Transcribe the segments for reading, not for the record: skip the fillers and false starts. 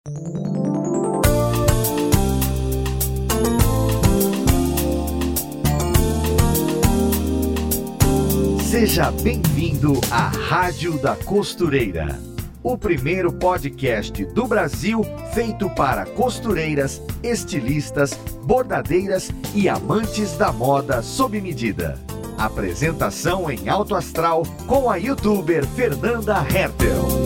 Seja bem-vindo à Rádio da Costureira, o primeiro podcast do Brasil feito para costureiras, estilistas, bordadeiras e amantes da moda sob medida. Apresentação em alto astral com a youtuber Fernanda Hertel.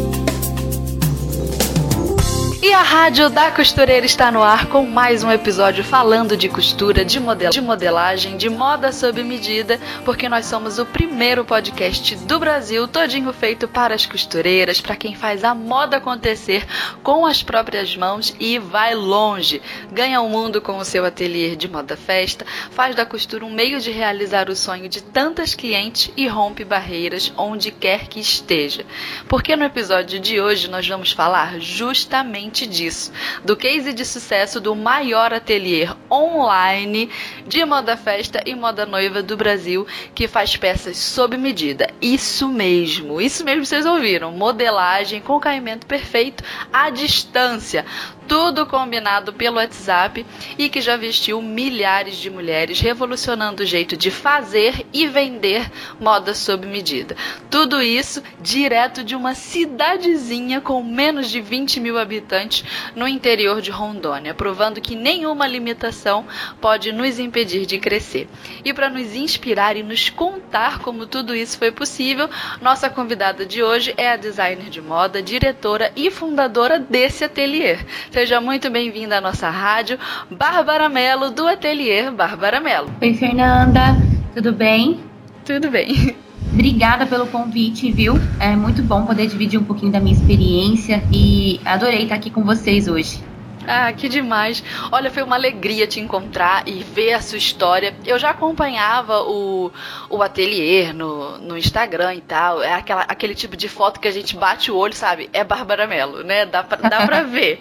E a Rádio da Costureira está no ar com mais um episódio falando de costura, de modelagem, de moda sob medida, porque nós somos o primeiro podcast do Brasil todinho feito para as costureiras, para quem faz a moda acontecer com as próprias mãos e vai longe. Ganha o mundo com o seu ateliê de moda festa, faz da costura um meio de realizar o sonho de tantas clientes e rompe barreiras onde quer que esteja. Porque no episódio de hoje nós vamos falar justamente disso, do case de sucesso do maior ateliê online de moda festa e moda noiva do Brasil, que faz peças sob medida. Isso mesmo vocês ouviram, modelagem com caimento perfeito à distância, tudo combinado pelo WhatsApp e que já vestiu milhares de mulheres, revolucionando o jeito de fazer e vender moda sob medida. Tudo isso direto de uma cidadezinha com menos de 20 mil habitantes no interior de Rondônia, provando que nenhuma limitação pode nos impedir de crescer. E para nos inspirar e nos contar como tudo isso foi possível, nossa convidada de hoje é a designer de moda, diretora e fundadora desse ateliê. Seja muito bem-vinda à nossa rádio, Bárbara Mello, do ateliê Bárbara Mello. Oi, Fernanda, tudo bem? Tudo bem. Obrigada pelo convite, viu? É muito bom poder dividir um pouquinho da minha experiência e adorei estar aqui com vocês hoje. Ah, que demais. Olha, foi uma alegria te encontrar e ver a sua história. Eu já acompanhava o ateliê no Instagram e tal. É aquele tipo de foto que a gente bate o olho, sabe? É Bárbara Mello, né? Dá pra ver.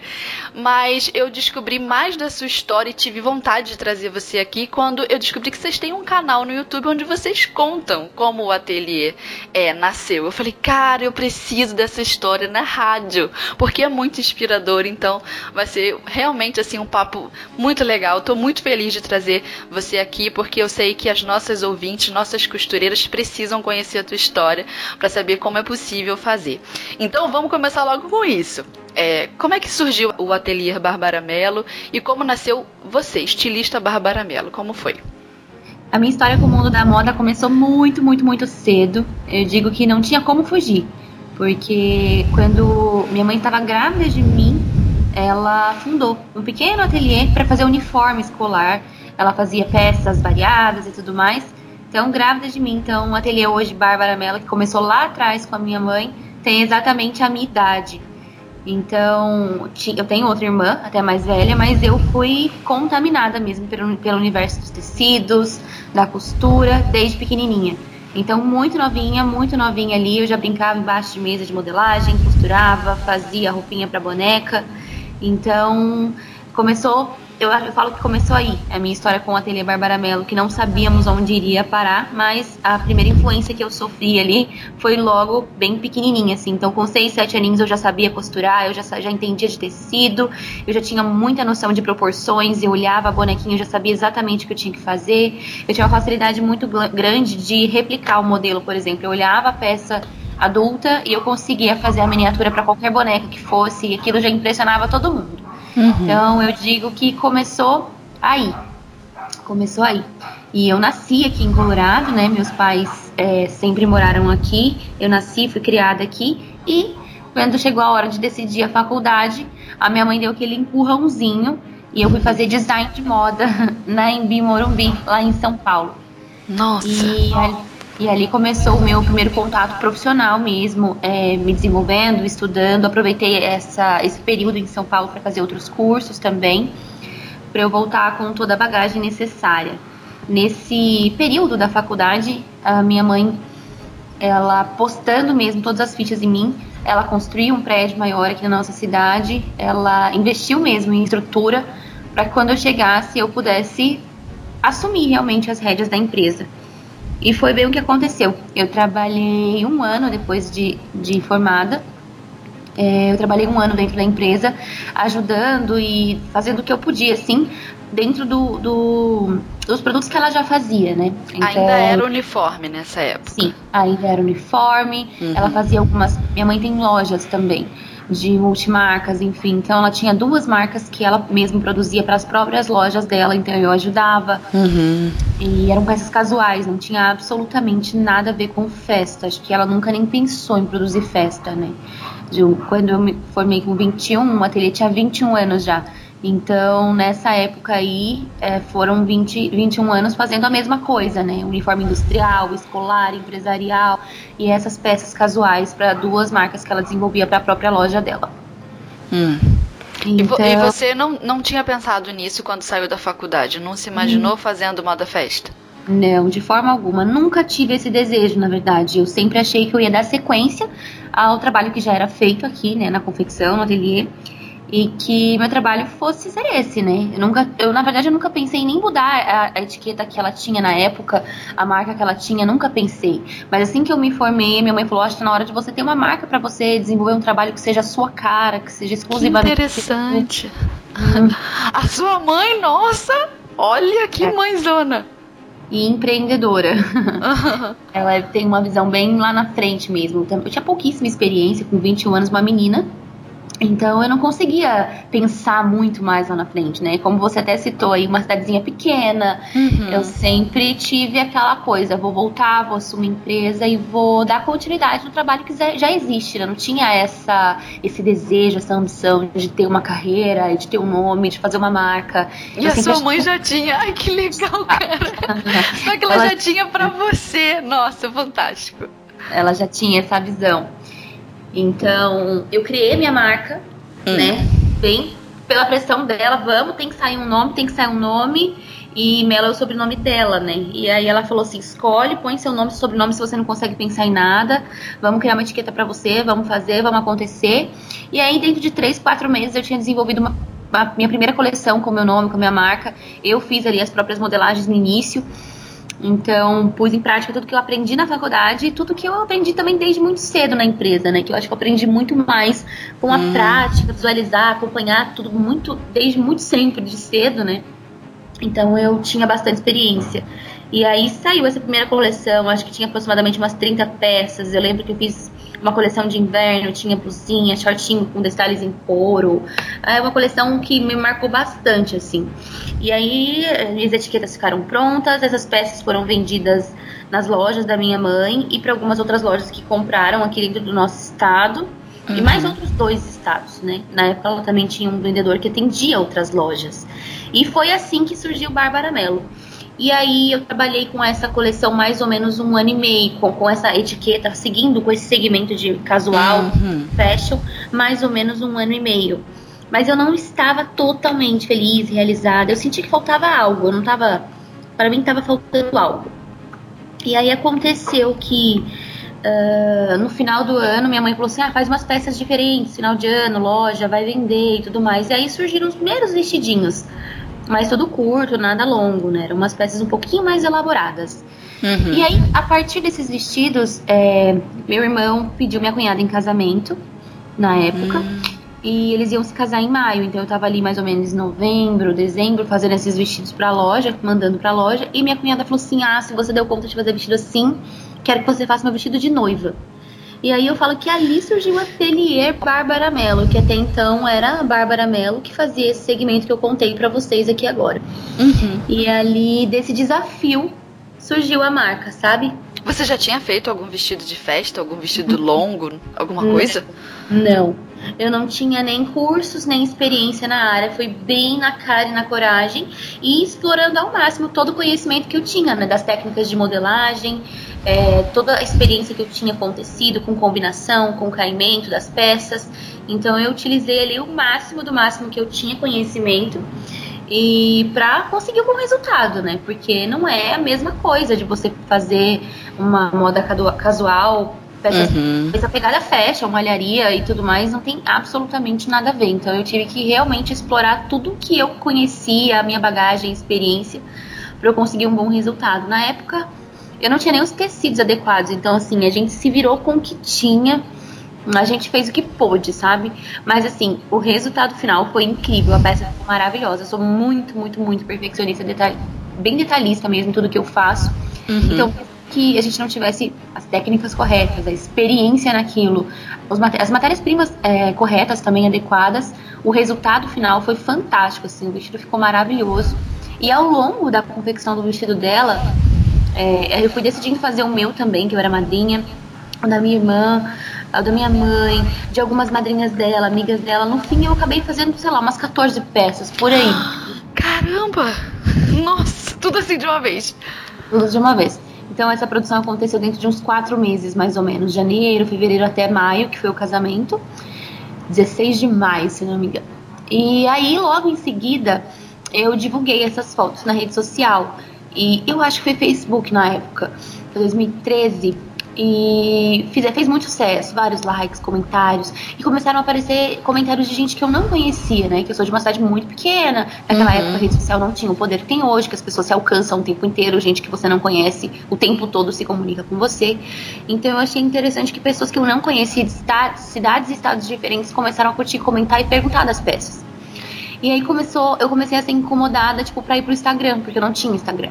Mas eu descobri mais da sua história e tive vontade de trazer você aqui quando eu descobri que vocês têm um canal no YouTube onde vocês contam como o ateliê nasceu. Eu falei, cara, eu preciso dessa história na rádio, porque é muito inspirador, então vai ser realmente assim um papo muito legal. Estou muito feliz de trazer você aqui, porque eu sei que as nossas ouvintes, nossas costureiras precisam conhecer a tua história para saber como é possível fazer. Então vamos começar logo com isso. Como é que surgiu o ateliê Bárbara Mello e como nasceu você, estilista Bárbara Mello? Como foi? A minha história com o mundo da moda começou muito, muito, muito cedo. Eu digo que não tinha como fugir, porque quando minha mãe estava grávida de mim, ela fundou um pequeno ateliê para fazer uniforme escolar. Ela fazia peças variadas e tudo mais. Então, grávida de mim. Então, o ateliê hoje, Bárbara Mello, que começou lá atrás com a minha mãe, tem exatamente a minha idade. Então, eu tenho outra irmã, até mais velha, mas eu fui contaminada mesmo pelo universo dos tecidos, da costura, desde pequenininha. Então, muito novinha ali, eu já brincava embaixo de mesa de modelagem, costurava, fazia roupinha para boneca. Então, eu falo que começou aí, a minha história com o ateliê Bárbara Mello, que não sabíamos onde iria parar, mas a primeira influência que eu sofri ali foi logo bem pequenininha, assim. Então, com 6, 7 aninhos eu já sabia costurar, eu já entendia de tecido, eu já tinha muita noção de proporções, eu olhava a bonequinha, eu já sabia exatamente o que eu tinha que fazer. Eu tinha uma facilidade muito grande de replicar o modelo, por exemplo. Eu olhava a peça adulta e eu conseguia fazer a miniatura para qualquer boneca que fosse, e aquilo já impressionava todo mundo. Então eu digo que começou aí. E eu nasci aqui em Colorado, né? Meus pais sempre moraram aqui. Eu nasci, fui criada aqui. E quando chegou a hora de decidir a faculdade, a minha mãe deu aquele empurrãozinho e eu fui fazer design de moda na Embi Morumbi, lá em São Paulo. Nossa! E ali começou o meu primeiro contato profissional mesmo, me desenvolvendo, estudando. Aproveitei esse período em São Paulo para fazer outros cursos também, para eu voltar com toda a bagagem necessária. Nesse período da faculdade, a minha mãe, ela apostando mesmo todas as fichas em mim, ela construiu um prédio maior aqui na nossa cidade, ela investiu mesmo em estrutura para que quando eu chegasse eu pudesse assumir realmente as rédeas da empresa. E foi bem o que aconteceu. Eu trabalhei 1 ano depois de formada Eu trabalhei 1 ano dentro da empresa, ajudando e fazendo o que eu podia, assim, dentro dos produtos que ela já fazia, né? Então, ainda era uniforme nessa época? Sim, ainda era uniforme. Ela fazia algumas... Minha mãe tem lojas também, de multimarcas, enfim. Então, ela tinha 2 marcas que ela mesma produzia para as próprias lojas dela, então eu ajudava. E eram peças casuais, não tinha absolutamente nada a ver com festa. Acho que ela nunca nem pensou em produzir festa, né? Quando eu me formei com 21, o ateliê tinha 21 anos já. Então, nessa época aí, foram 21 anos fazendo a mesma coisa, né? Uniforme industrial, escolar, empresarial e essas peças casuais para 2 marcas que ela desenvolvia para a própria loja dela. Então... E você não tinha pensado nisso quando saiu da faculdade? Não se imaginou fazendo moda festa? Não, de forma alguma. Nunca tive esse desejo, na verdade. Eu sempre achei que eu ia dar sequência ao trabalho que já era feito aqui, né, na confecção, no ateliê, e que meu trabalho fosse ser esse, né? Na verdade, eu nunca pensei em nem mudar a etiqueta que ela tinha na época, a marca que ela tinha, nunca pensei. Mas assim que eu me formei, minha mãe falou, acho que tá na hora de você ter uma marca pra você desenvolver um trabalho que seja a sua cara, que seja exclusivamente... Que interessante. A sua mãe, nossa, olha que mãezona. E empreendedora. Ela tem uma visão bem lá na frente mesmo. Eu tinha pouquíssima experiência, com 21 anos, uma menina. Então eu não conseguia pensar muito mais lá na frente, né? Como você até citou aí, uma cidadezinha pequena. Eu sempre tive aquela coisa, vou voltar, vou assumir empresa e vou dar continuidade no trabalho que já existe, né? Não tinha esse desejo, essa ambição de ter uma carreira, de ter um nome, de fazer uma marca. E a sua mãe já tinha, ai que legal, cara. Só que ela já tinha pra você, nossa, fantástico. Ela já tinha essa visão. Então, eu criei minha marca, né? Bem pela pressão dela, tem que sair um nome. E Melo é o sobrenome dela, né? E aí ela falou assim, escolhe, põe seu nome e sobrenome se você não consegue pensar em nada. Vamos criar uma etiqueta pra você, vamos fazer, vamos acontecer. E aí, dentro de 3, 4 meses, eu tinha desenvolvido a minha primeira coleção com o meu nome, com a minha marca. Eu fiz ali as próprias modelagens no início. Então, pus em prática tudo que eu aprendi na faculdade e tudo que eu aprendi também desde muito cedo na empresa, né? Que eu acho que eu aprendi muito mais com a prática, visualizar, acompanhar tudo desde muito sempre, de cedo, né? Então, eu tinha bastante experiência. E aí saiu essa primeira coleção, acho que tinha aproximadamente umas 30 peças. Eu lembro que eu fiz uma coleção de inverno, tinha blusinha, shortinho com detalhes em couro. É uma coleção que me marcou bastante, assim. E aí, as etiquetas ficaram prontas, essas peças foram vendidas nas lojas da minha mãe e para algumas outras lojas que compraram aqui dentro do nosso estado. E mais outros 2 estados, né? Na época ela também tinha um vendedor que atendia outras lojas. E foi assim que surgiu Bárbara Mello. E aí eu trabalhei com essa coleção mais ou menos 1 ano e meio, com essa etiqueta, seguindo com esse segmento de casual, fashion, mais ou menos 1 ano e meio. Mas eu não estava totalmente feliz, realizada. Eu senti que faltava algo, para mim estava faltando algo. E aí aconteceu que no final do ano minha mãe falou assim, faz umas peças diferentes, final de ano, loja, vai vender e tudo mais. E aí surgiram os primeiros vestidinhos. Mas tudo curto, nada longo, né? Eram umas peças um pouquinho mais elaboradas. E aí, a partir desses vestidos, meu irmão pediu minha cunhada em casamento, na época. E eles iam se casar em maio. Então, eu tava ali mais ou menos em novembro, dezembro, fazendo esses vestidos pra loja, mandando pra loja. E minha cunhada falou assim, se você deu conta de fazer vestido assim, quero que você faça meu vestido de noiva. E aí eu falo que ali surgiu o ateliê Bárbara Mello, que até então era a Bárbara Mello que fazia esse segmento que eu contei pra vocês aqui agora. E ali, desse desafio, surgiu a marca, sabe? Você já tinha feito algum vestido de festa, algum vestido longo, alguma coisa? Não, eu não tinha nem cursos, nem experiência na área. Foi bem na cara e na coragem e explorando ao máximo todo o conhecimento que eu tinha, né, das técnicas de modelagem, toda a experiência que eu tinha com tecido, com combinação, com caimento das peças. Então eu utilizei ali o máximo do máximo que eu tinha conhecimento e para conseguir um bom resultado, né? Porque não é a mesma coisa de você fazer uma moda casual, essa pegada fashion, malharia e tudo mais, não tem absolutamente nada a ver. Então eu tive que realmente explorar tudo que eu conhecia, a minha bagagem, experiência, para eu conseguir um bom resultado. Na época eu não tinha nem os tecidos adequados, então assim, a gente se virou com o que tinha A gente fez o que pôde, sabe? Mas assim, o resultado final foi incrível. A peça ficou maravilhosa. Eu sou muito, muito, muito perfeccionista, bem detalhista mesmo em tudo que eu faço. Então, que a gente não tivesse as técnicas corretas, a experiência naquilo, as matérias-primas corretas também, adequadas, o resultado final foi fantástico, assim, o vestido ficou maravilhoso. E ao longo da confecção do vestido dela, eu fui decidindo fazer o meu também, que eu era madrinha, o da minha irmã, o da minha mãe, de algumas madrinhas dela, amigas dela. No fim, eu acabei fazendo, sei lá, umas 14 peças, por aí. Caramba! Nossa, tudo assim de uma vez. Tudo de uma vez. Então essa produção aconteceu dentro de uns 4 meses, mais ou menos. Janeiro, fevereiro até maio, que foi o casamento. 16 de maio, se não me engano. E aí, logo em seguida, eu divulguei essas fotos na rede social. E eu acho que foi Facebook na época. Foi 2013. E fez muito sucesso, vários likes, comentários. E começaram a aparecer comentários de gente que eu não conhecia, né? Que eu sou de uma cidade muito pequena. Naquela época a rede social não tinha o poder que tem hoje, que as pessoas se alcançam o tempo inteiro. Gente que você não conhece o tempo todo se comunica com você. Então eu achei interessante que pessoas que eu não conhecia de cidades e estados diferentes começaram a curtir, comentar e perguntar das peças. E aí eu comecei a ser incomodada, tipo, pra ir pro Instagram, porque eu não tinha Instagram.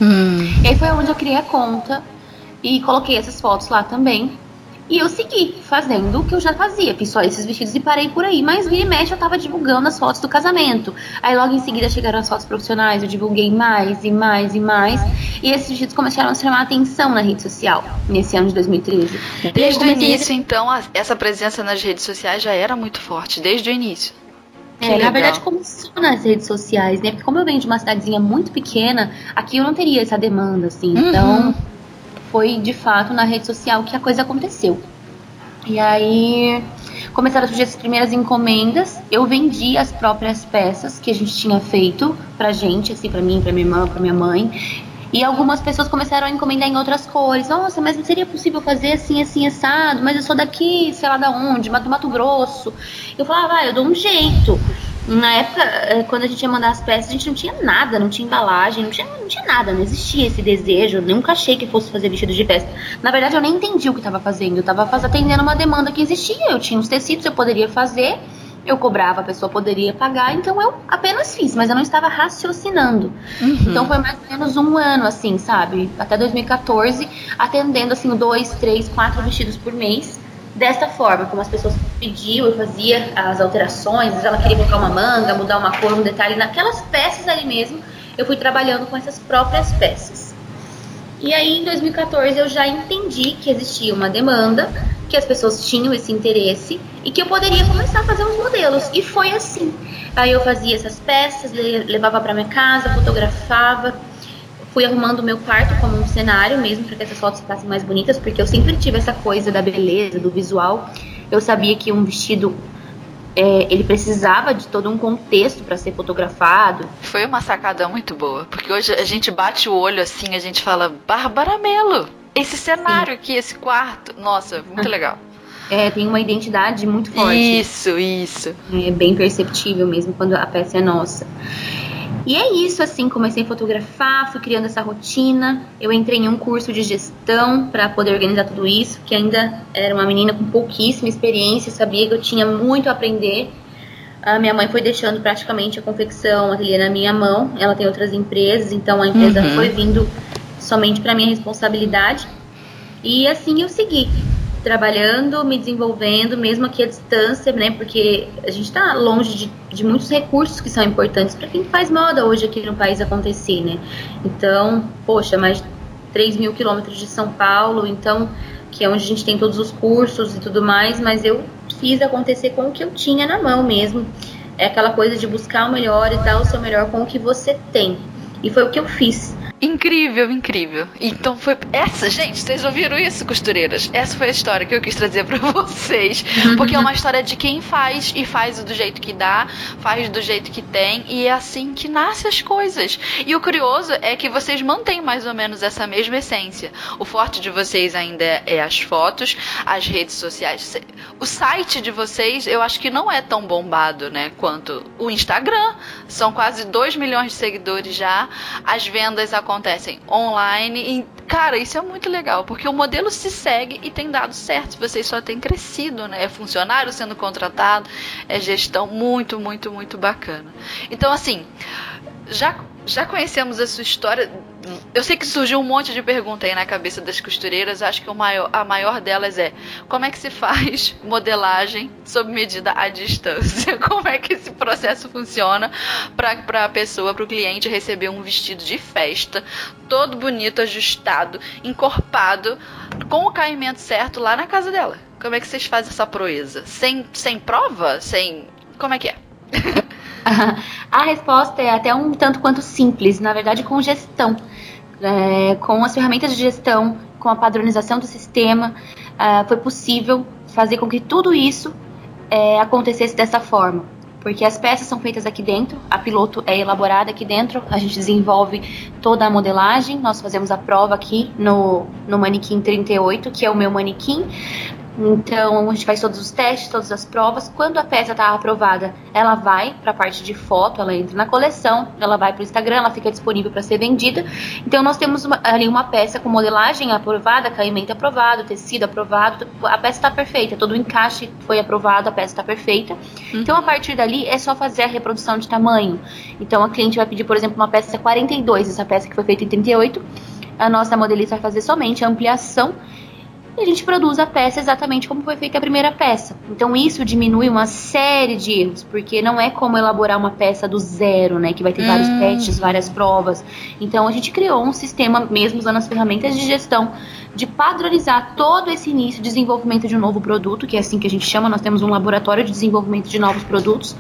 E aí foi onde eu criei a conta e coloquei essas fotos lá também. E eu segui fazendo o que eu já fazia. Fiz só esses vestidos e parei por aí. Mas vira e mexe eu tava divulgando as fotos do casamento. Aí logo em seguida chegaram as fotos profissionais. Eu divulguei mais e mais e mais. E esses vestidos começaram a chamar a atenção na rede social. Nesse ano de 2013. Desde o início, então, essa presença nas redes sociais já era muito forte. Desde o início. Na verdade começou nas redes sociais, né? Porque como eu venho de uma cidadezinha muito pequena, aqui eu não teria essa demanda, assim. Então foi de fato na rede social que a coisa aconteceu. E aí começaram a surgir as primeiras encomendas. Eu vendi as próprias peças que a gente tinha feito pra gente, assim, pra mim, pra minha irmã, pra minha mãe. E algumas pessoas começaram a encomendar em outras cores. Nossa, mas não seria possível fazer assim, assim, assado? Mas eu sou daqui, sei lá da onde, do Mato Grosso. Eu falava, eu dou um jeito. Na época, quando a gente ia mandar as peças, a gente não tinha nada, não tinha embalagem, não tinha nada, não existia esse desejo. Eu nunca achei que fosse fazer vestido de festa. Na verdade, eu nem entendi o que estava fazendo. Eu estava atendendo uma demanda que existia. Eu tinha os tecidos, eu poderia fazer, eu cobrava, a pessoa poderia pagar. Então, eu apenas fiz, mas eu não estava raciocinando. Então, foi mais ou menos um ano, assim, sabe? Até 2014, atendendo, assim, 2, 3, 4 vestidos por mês. Desta forma, como as pessoas pediam, eu fazia as alterações, às vezes ela queria colocar uma manga, mudar uma cor, um detalhe, naquelas peças ali mesmo, eu fui trabalhando com essas próprias peças. E aí, em 2014, eu já entendi que existia uma demanda, que as pessoas tinham esse interesse e que eu poderia começar a fazer uns modelos. E foi assim. Aí eu fazia essas peças, levava para minha casa, fotografava. Fui arrumando o meu quarto como um cenário mesmo, para que essas fotos ficassem mais bonitas, porque eu sempre tive essa coisa da beleza, do visual. Eu sabia que um vestido, ele precisava de todo um contexto para ser fotografado. Foi uma sacada muito boa, porque hoje a gente bate o olho assim, a gente fala, Bárbara Mello, esse cenário aqui, esse quarto, nossa, muito legal. Tem uma identidade muito forte. Isso. É bem perceptível mesmo quando a peça é nossa. E é isso, assim, comecei a fotografar, fui criando essa rotina. Eu entrei em um curso de gestão para poder organizar tudo isso, que ainda era uma menina com pouquíssima experiência, sabia que eu tinha muito a aprender. A minha mãe foi deixando praticamente a confecção, o ateliê na minha mão. Ela tem outras empresas, então a empresa foi vindo somente para minha responsabilidade. E assim eu segui, trabalhando, me desenvolvendo, mesmo aqui à distância, né? Porque a gente está longe de muitos recursos que são importantes para quem faz moda hoje aqui no país acontecer, né? Então, poxa, mais de 3 mil quilômetros de São Paulo, então, que é onde a gente tem todos os cursos e tudo mais, mas eu fiz acontecer com o que eu tinha na mão mesmo. É aquela coisa de buscar o melhor e dar o seu melhor com o que você tem. E foi o que eu fiz. Incrível. Então foi essa, gente, vocês ouviram isso, costureiras? Essa foi a história que eu quis trazer pra vocês, porque é uma história de quem faz e faz do jeito que dá, faz do jeito que tem, e é assim que nascem as coisas. E o curioso é que vocês mantêm mais ou menos essa mesma essência. O forte de vocês ainda é as fotos, as redes sociais. O site de vocês, eu acho que não é tão bombado, né, quanto o Instagram. São quase 2 milhões de seguidores já. As vendas acontecem online e cara, isso é muito legal, porque o modelo se segue e tem dado certo. Vocês só têm crescido, né? É funcionário sendo contratado, é gestão muito, muito, muito bacana. Então, assim, já conhecemos a sua história. Eu sei que surgiu um monte de perguntas aí na cabeça das costureiras. Acho que a maior delas é: como é que se faz modelagem sob medida à distância? Como é que esse processo funciona para a pessoa, para o cliente receber um vestido de festa, todo bonito, ajustado, encorpado, com o caimento certo lá na casa dela? Como é que vocês fazem essa proeza? Sem prova? Como é que é? A resposta é até um tanto quanto simples, na verdade, com gestão. Com as ferramentas de gestão, com a padronização do sistema, foi possível fazer com que tudo isso acontecesse dessa forma. Porque as peças são feitas aqui dentro, a piloto é elaborada aqui dentro, a gente desenvolve toda a modelagem, nós fazemos a prova aqui no manequim 38, que é o meu manequim. Então a gente faz todos os testes, todas as provas. Quando a peça está aprovada, ela vai para a parte de foto, ela entra na coleção, ela vai para o Instagram, ela fica disponível para ser vendida. Então nós temos ali uma peça com modelagem aprovada, caimento aprovado, tecido aprovado, a peça está perfeita, todo o encaixe foi aprovado, a peça está perfeita. Então a partir dali é só fazer a reprodução de tamanho. Então a cliente vai pedir, por exemplo, uma peça 42, essa peça que foi feita em 38, a nossa modelista vai fazer somente a ampliação e a gente produz a peça exatamente como foi feita a primeira peça. Então isso diminui uma série de erros, porque não é como elaborar uma peça do zero, né, que vai ter vários testes, várias provas. Então a gente criou um sistema, mesmo usando as ferramentas de gestão, de padronizar todo esse início de desenvolvimento de um novo produto, que é assim que a gente chama. Nós temos um laboratório de desenvolvimento de novos produtos,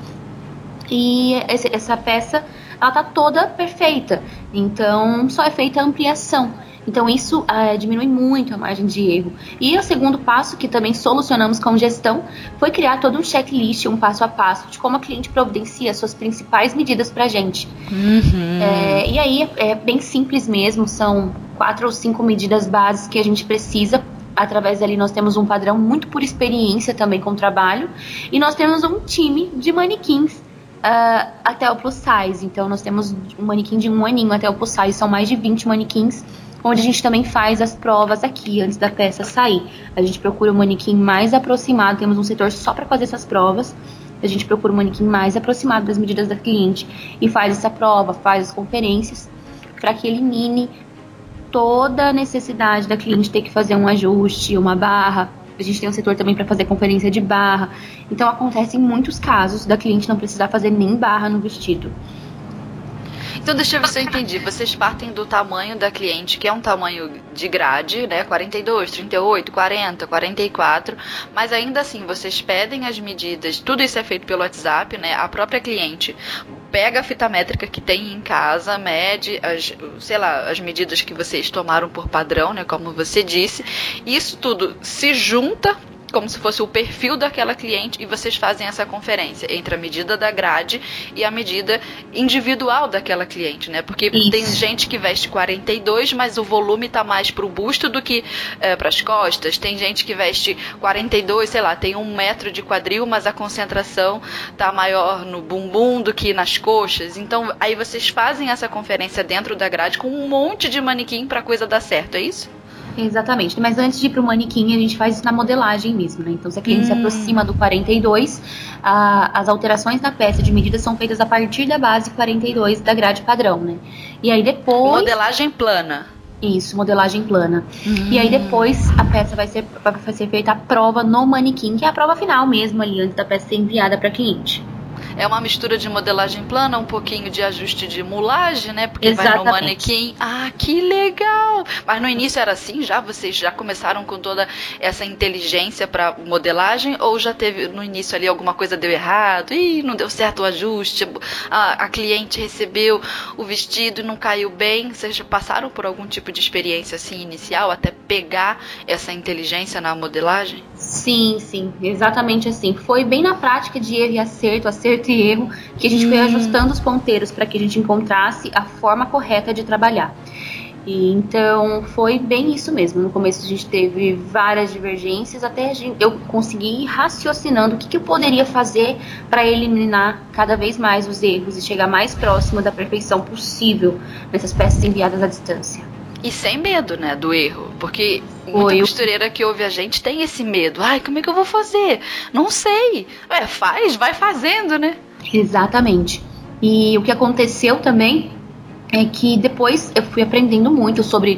e essa peça, ela tá toda perfeita, então só é feita a ampliação. Então isso diminui muito a margem de erro. E o segundo passo, que também solucionamos com gestão, foi criar todo um checklist, um passo a passo, de como a cliente providencia as suas principais medidas pra gente. E aí é bem simples mesmo, são 4 ou 5 medidas básicas que a gente precisa. Através dali nós temos um padrão muito por experiência também com o trabalho, e nós temos um time de manequins até o plus size. Então nós temos um manequim de 1 aninho até o plus size, são mais de 20 manequins, onde a gente também faz as provas aqui antes da peça sair. A gente procura um manequim mais aproximado, temos um setor só para fazer essas provas. A gente procura um manequim mais aproximado das medidas da cliente e faz essa prova, faz as conferências, para que elimine toda a necessidade da cliente ter que fazer um ajuste, uma barra. A gente tem um setor também para fazer conferência de barra. Então acontece em muitos casos da cliente não precisar fazer nem barra no vestido. Então deixa eu ver se eu entendi. Vocês partem do tamanho da cliente, que é um tamanho de grade, né? 42, 38, 40, 44. Mas ainda assim, vocês pedem as medidas. Tudo isso é feito pelo WhatsApp, né? A própria cliente pega a fita métrica que tem em casa, mede as medidas que vocês tomaram por padrão, né? Como você disse. Isso tudo se junta como se fosse o perfil daquela cliente, e vocês fazem essa conferência entre a medida da grade e a medida individual daquela cliente, né? Porque tem gente que veste 42, mas o volume tá mais pro busto do que para as costas. Tem gente que veste 42, sei lá, tem 1 metro de quadril, mas a concentração tá maior no bumbum do que nas coxas. Então, aí vocês fazem essa conferência dentro da grade com um monte de manequim pra coisa dar certo, é isso? Exatamente, mas antes de ir pro manequim, a gente faz isso na modelagem mesmo, né? Então, se a cliente se aproxima do 42, as alterações na peça de medida são feitas a partir da base 42 da grade padrão, né? E aí depois... Modelagem plana. Isso, modelagem plana. E aí depois a peça vai ser feita a prova no manequim, que é a prova final mesmo ali, antes da peça ser enviada para cliente. É uma mistura de modelagem plana, um pouquinho de ajuste de mulagem, né? Porque Exatamente. Vai no manequim. Ah, que legal! Mas no início era assim já? Vocês já começaram com toda essa inteligência para modelagem? Ou já teve no início ali alguma coisa deu errado? Ih, não deu certo o ajuste, a cliente recebeu o vestido e não caiu bem? Vocês já passaram por algum tipo de experiência assim inicial até pegar essa inteligência na modelagem? Sim, exatamente assim. Foi bem na prática de erro e acerto e erro, que a gente foi ajustando os ponteiros para que a gente encontrasse a forma correta de trabalhar. E então foi bem isso mesmo. No começo a gente teve várias divergências, até eu consegui ir raciocinando o que eu poderia fazer para eliminar cada vez mais os erros e chegar mais próximo da perfeição possível nessas peças enviadas à distância. E sem medo, né, do erro. Porque muita costureira que ouve a gente tem esse medo. Ai, como é que eu vou fazer? Não sei. Vai fazendo, né? Exatamente. E o que aconteceu também é que depois eu fui aprendendo muito sobre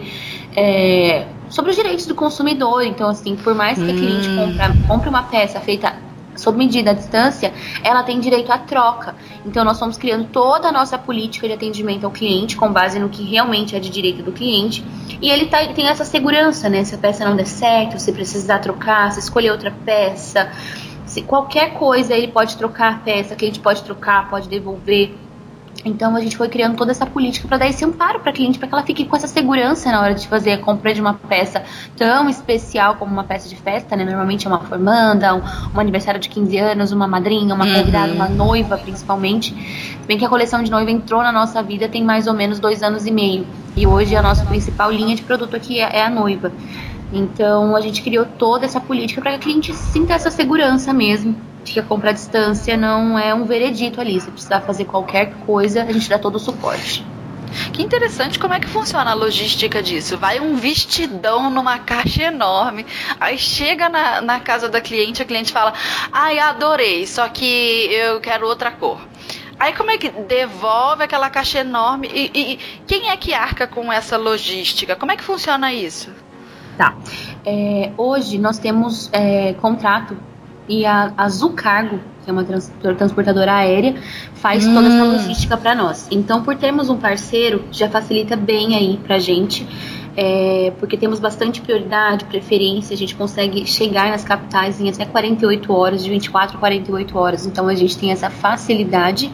os direitos do consumidor. Então, assim, por mais que a cliente compre uma peça feita sob medida à distância, ela tem direito à troca. Então, nós fomos criando toda a nossa política de atendimento ao cliente com base no que realmente é de direito do cliente. E ele tem essa segurança, né? Se a peça não der certo, se precisar trocar, se escolher outra peça, se qualquer coisa ele pode trocar a peça, que a gente pode trocar, pode devolver. Então a gente foi criando toda essa política para dar esse amparo para a cliente, para que ela fique com essa segurança na hora de fazer a compra de uma peça tão especial como uma peça de festa, né? Normalmente é uma formanda, um aniversário de 15 anos, uma madrinha, uma convidada, uma noiva principalmente. Se bem que a coleção de noiva entrou na nossa vida tem mais ou menos 2 anos e meio. E hoje a nossa principal linha de produto aqui é a noiva. Então a gente criou toda essa política para que a cliente sinta essa segurança mesmo, de que a compra à distância não é um veredito ali. Se precisar fazer qualquer coisa, a gente dá todo o suporte. Que interessante, como é que funciona a logística disso? Vai um vestidão numa caixa enorme, aí chega na casa da cliente, a cliente fala: ai, adorei, só que eu quero outra cor. Aí como é que devolve aquela caixa enorme? E quem é que arca com essa logística? Como é que funciona isso? Tá. Hoje nós temos contrato e a Azul Cargo, que é uma transportadora aérea, faz toda essa logística para nós. Então, por termos um parceiro, já facilita bem aí pra gente, porque temos bastante prioridade, preferência, a gente consegue chegar nas capitais em até 48 horas, de 24 a 48 horas. Então, a gente tem essa facilidade.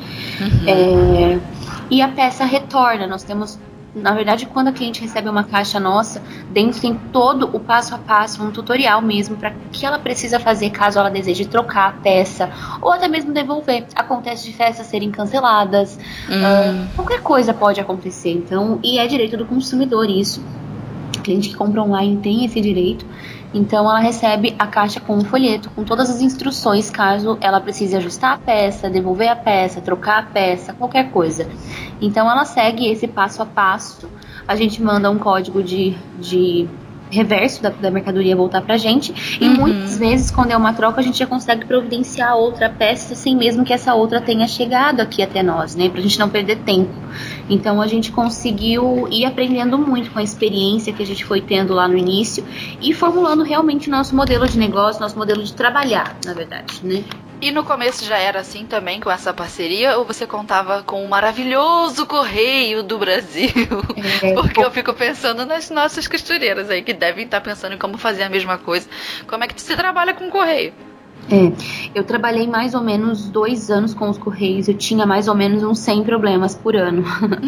E a peça retorna. Nós temos... Na verdade, quando a cliente recebe uma caixa nossa, dentro tem todo o passo a passo, um tutorial mesmo, para o que ela precisa fazer caso ela deseje trocar a peça, ou até mesmo devolver. Acontece de festas serem canceladas, qualquer coisa pode acontecer. Então, e é direito do consumidor isso. A cliente que compra online tem esse direito. Então ela recebe a caixa com um folheto, com todas as instruções, caso ela precise ajustar a peça, devolver a peça, trocar a peça, qualquer coisa. Então ela segue esse passo a passo, a gente manda um código de reverso da mercadoria voltar pra gente, e muitas vezes quando é uma troca a gente já consegue providenciar outra peça sem mesmo que essa outra tenha chegado aqui até nós, né, pra gente não perder tempo. Então a gente conseguiu ir aprendendo muito com a experiência que a gente foi tendo lá no início e formulando realmente o nosso modelo de negócio, nosso modelo de trabalhar, na verdade, né. E no começo já era assim também, com essa parceria, ou você contava com o maravilhoso Correio do Brasil? Porque eu fico pensando nas nossas costureiras aí, que devem estar pensando em como fazer a mesma coisa. Como é que você trabalha com Correio? Eu trabalhei mais ou menos 2 anos com os Correios, eu tinha mais ou menos uns 100 problemas por ano.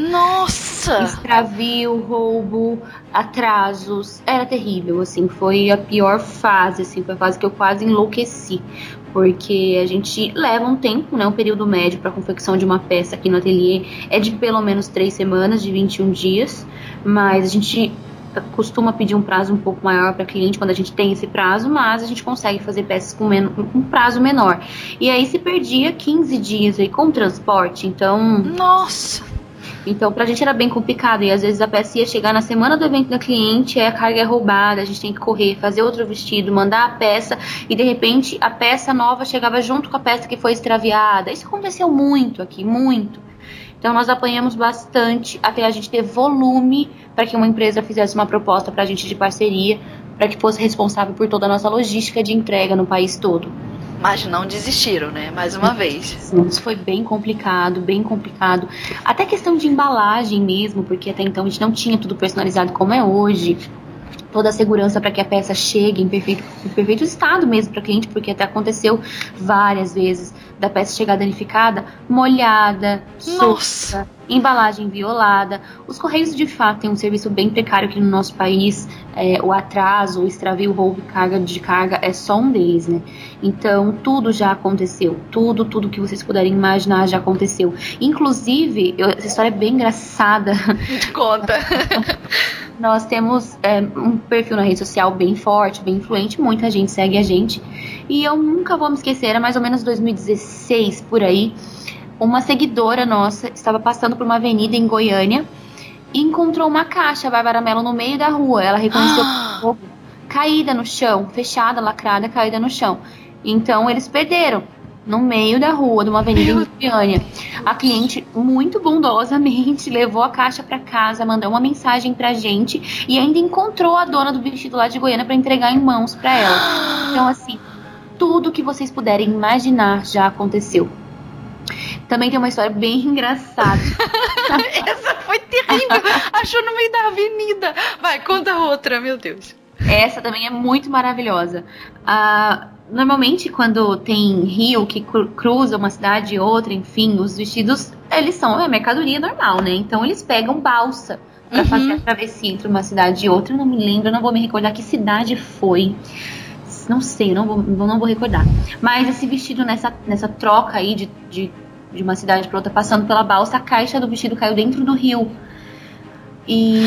Nossa! Extravio, roubo, atrasos, era terrível, assim, foi a pior fase, assim, foi a fase que eu quase enlouqueci. Porque a gente leva um tempo, né, um período médio para a confecção de uma peça aqui no ateliê é de pelo menos 3 semanas, de 21 dias, mas a gente costuma pedir um prazo um pouco maior para cliente quando a gente tem esse prazo, mas a gente consegue fazer peças com um prazo menor. E aí se perdia 15 dias aí com transporte, então... Nossa! Então, pra gente era bem complicado, e às vezes a peça ia chegar na semana do evento da cliente, aí a carga é roubada, a gente tem que correr, fazer outro vestido, mandar a peça, e de repente a peça nova chegava junto com a peça que foi extraviada. Isso aconteceu muito aqui, muito. Então nós apanhamos bastante até a gente ter volume para que uma empresa fizesse uma proposta pra gente de parceria, para que fosse responsável por toda a nossa logística de entrega no país todo. Mas não desistiram, né? Mais uma vez. Sim, isso foi bem complicado, bem complicado. Até questão de embalagem mesmo, porque até então a gente não tinha tudo personalizado como é hoje. Toda a segurança para que a peça chegue em perfeito estado mesmo para cliente, porque até aconteceu várias vezes da peça chegar danificada, molhada, solta, embalagem violada. Os Correios de fato têm um serviço bem precário aqui no nosso país. O atraso, o extravio, o roubo de carga é só um deles, né? Então tudo já aconteceu, tudo que vocês puderem imaginar já aconteceu. Inclusive, essa história é bem engraçada. Conta. Nós temos um perfil na rede social bem forte, bem influente, muita gente segue a gente. E eu nunca vou me esquecer, era mais ou menos 2016, por aí. Uma seguidora nossa estava passando por uma avenida em Goiânia e encontrou uma caixa, a Bárbara Mello, no meio da rua. Ela reconheceu fogo, caída no chão, fechada, lacrada, caída no chão. Então eles perderam no meio da rua, de uma avenida em Goiânia. A cliente, muito bondosamente, levou a caixa para casa, mandou uma mensagem pra gente e ainda encontrou a dona do vestido lá de Goiânia para entregar em mãos para ela. Então, assim, tudo que vocês puderem imaginar já aconteceu. Também tem uma história bem engraçada. Essa foi terrível. Achou no meio da avenida. Vai, conta outra, meu Deus. Essa também é muito maravilhosa. Normalmente, quando tem rio que cruza uma cidade e outra, enfim, os vestidos, eles são mercadoria normal, né? Então, eles pegam balsa para fazer a travessia entre uma cidade e outra. Eu não me lembro, eu não vou me recordar que cidade foi. Não sei, não vou recordar. Mas esse vestido, nessa troca aí de uma cidade para outra, passando pela balsa, a caixa do vestido caiu dentro do rio. E...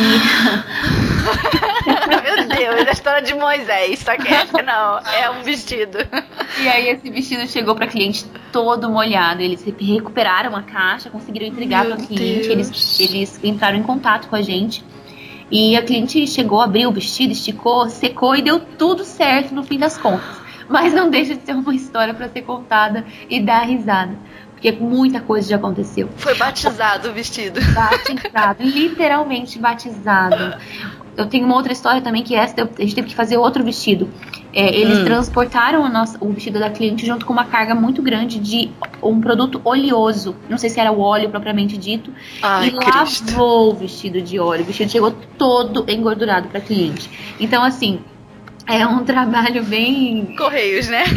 Meu Deus, a história de Moisés, só que essa não, é um vestido. E aí esse vestido chegou para cliente todo molhado. Eles recuperaram a caixa, conseguiram entregar para o cliente. Eles entraram em contato com a gente. E a cliente chegou, abriu o vestido, esticou, secou e deu tudo certo no fim das contas. Mas não deixa de ser uma história para ser contada e dar risada. Porque muita coisa já aconteceu. Foi batizado o vestido. Batizado, literalmente batizado. Eu tenho uma outra história também, que a gente teve que fazer outro vestido. Eles transportaram o vestido da cliente junto com uma carga muito grande de um produto oleoso. Não sei se era o óleo propriamente dito. Ai, e lavou o vestido de óleo. O vestido chegou todo engordurado para cliente. Então, assim, é um trabalho bem... Correios, né?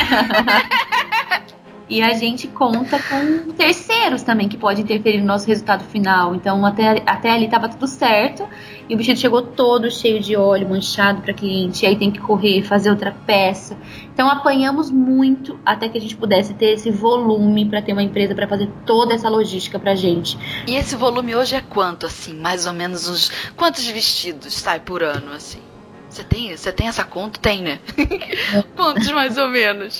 E a gente conta com terceiros também, que pode interferir no nosso resultado final. Então, até ali estava tudo certo. E o vestido chegou todo cheio de óleo, manchado para cliente. E aí tem que correr, fazer outra peça. Então, apanhamos muito até que a gente pudesse ter esse volume para ter uma empresa para fazer toda essa logística pra gente. E esse volume hoje é quanto, assim? Mais ou menos quantos vestidos sai por ano, assim? Você tem essa conta? Tem, né? Quantos mais ou menos?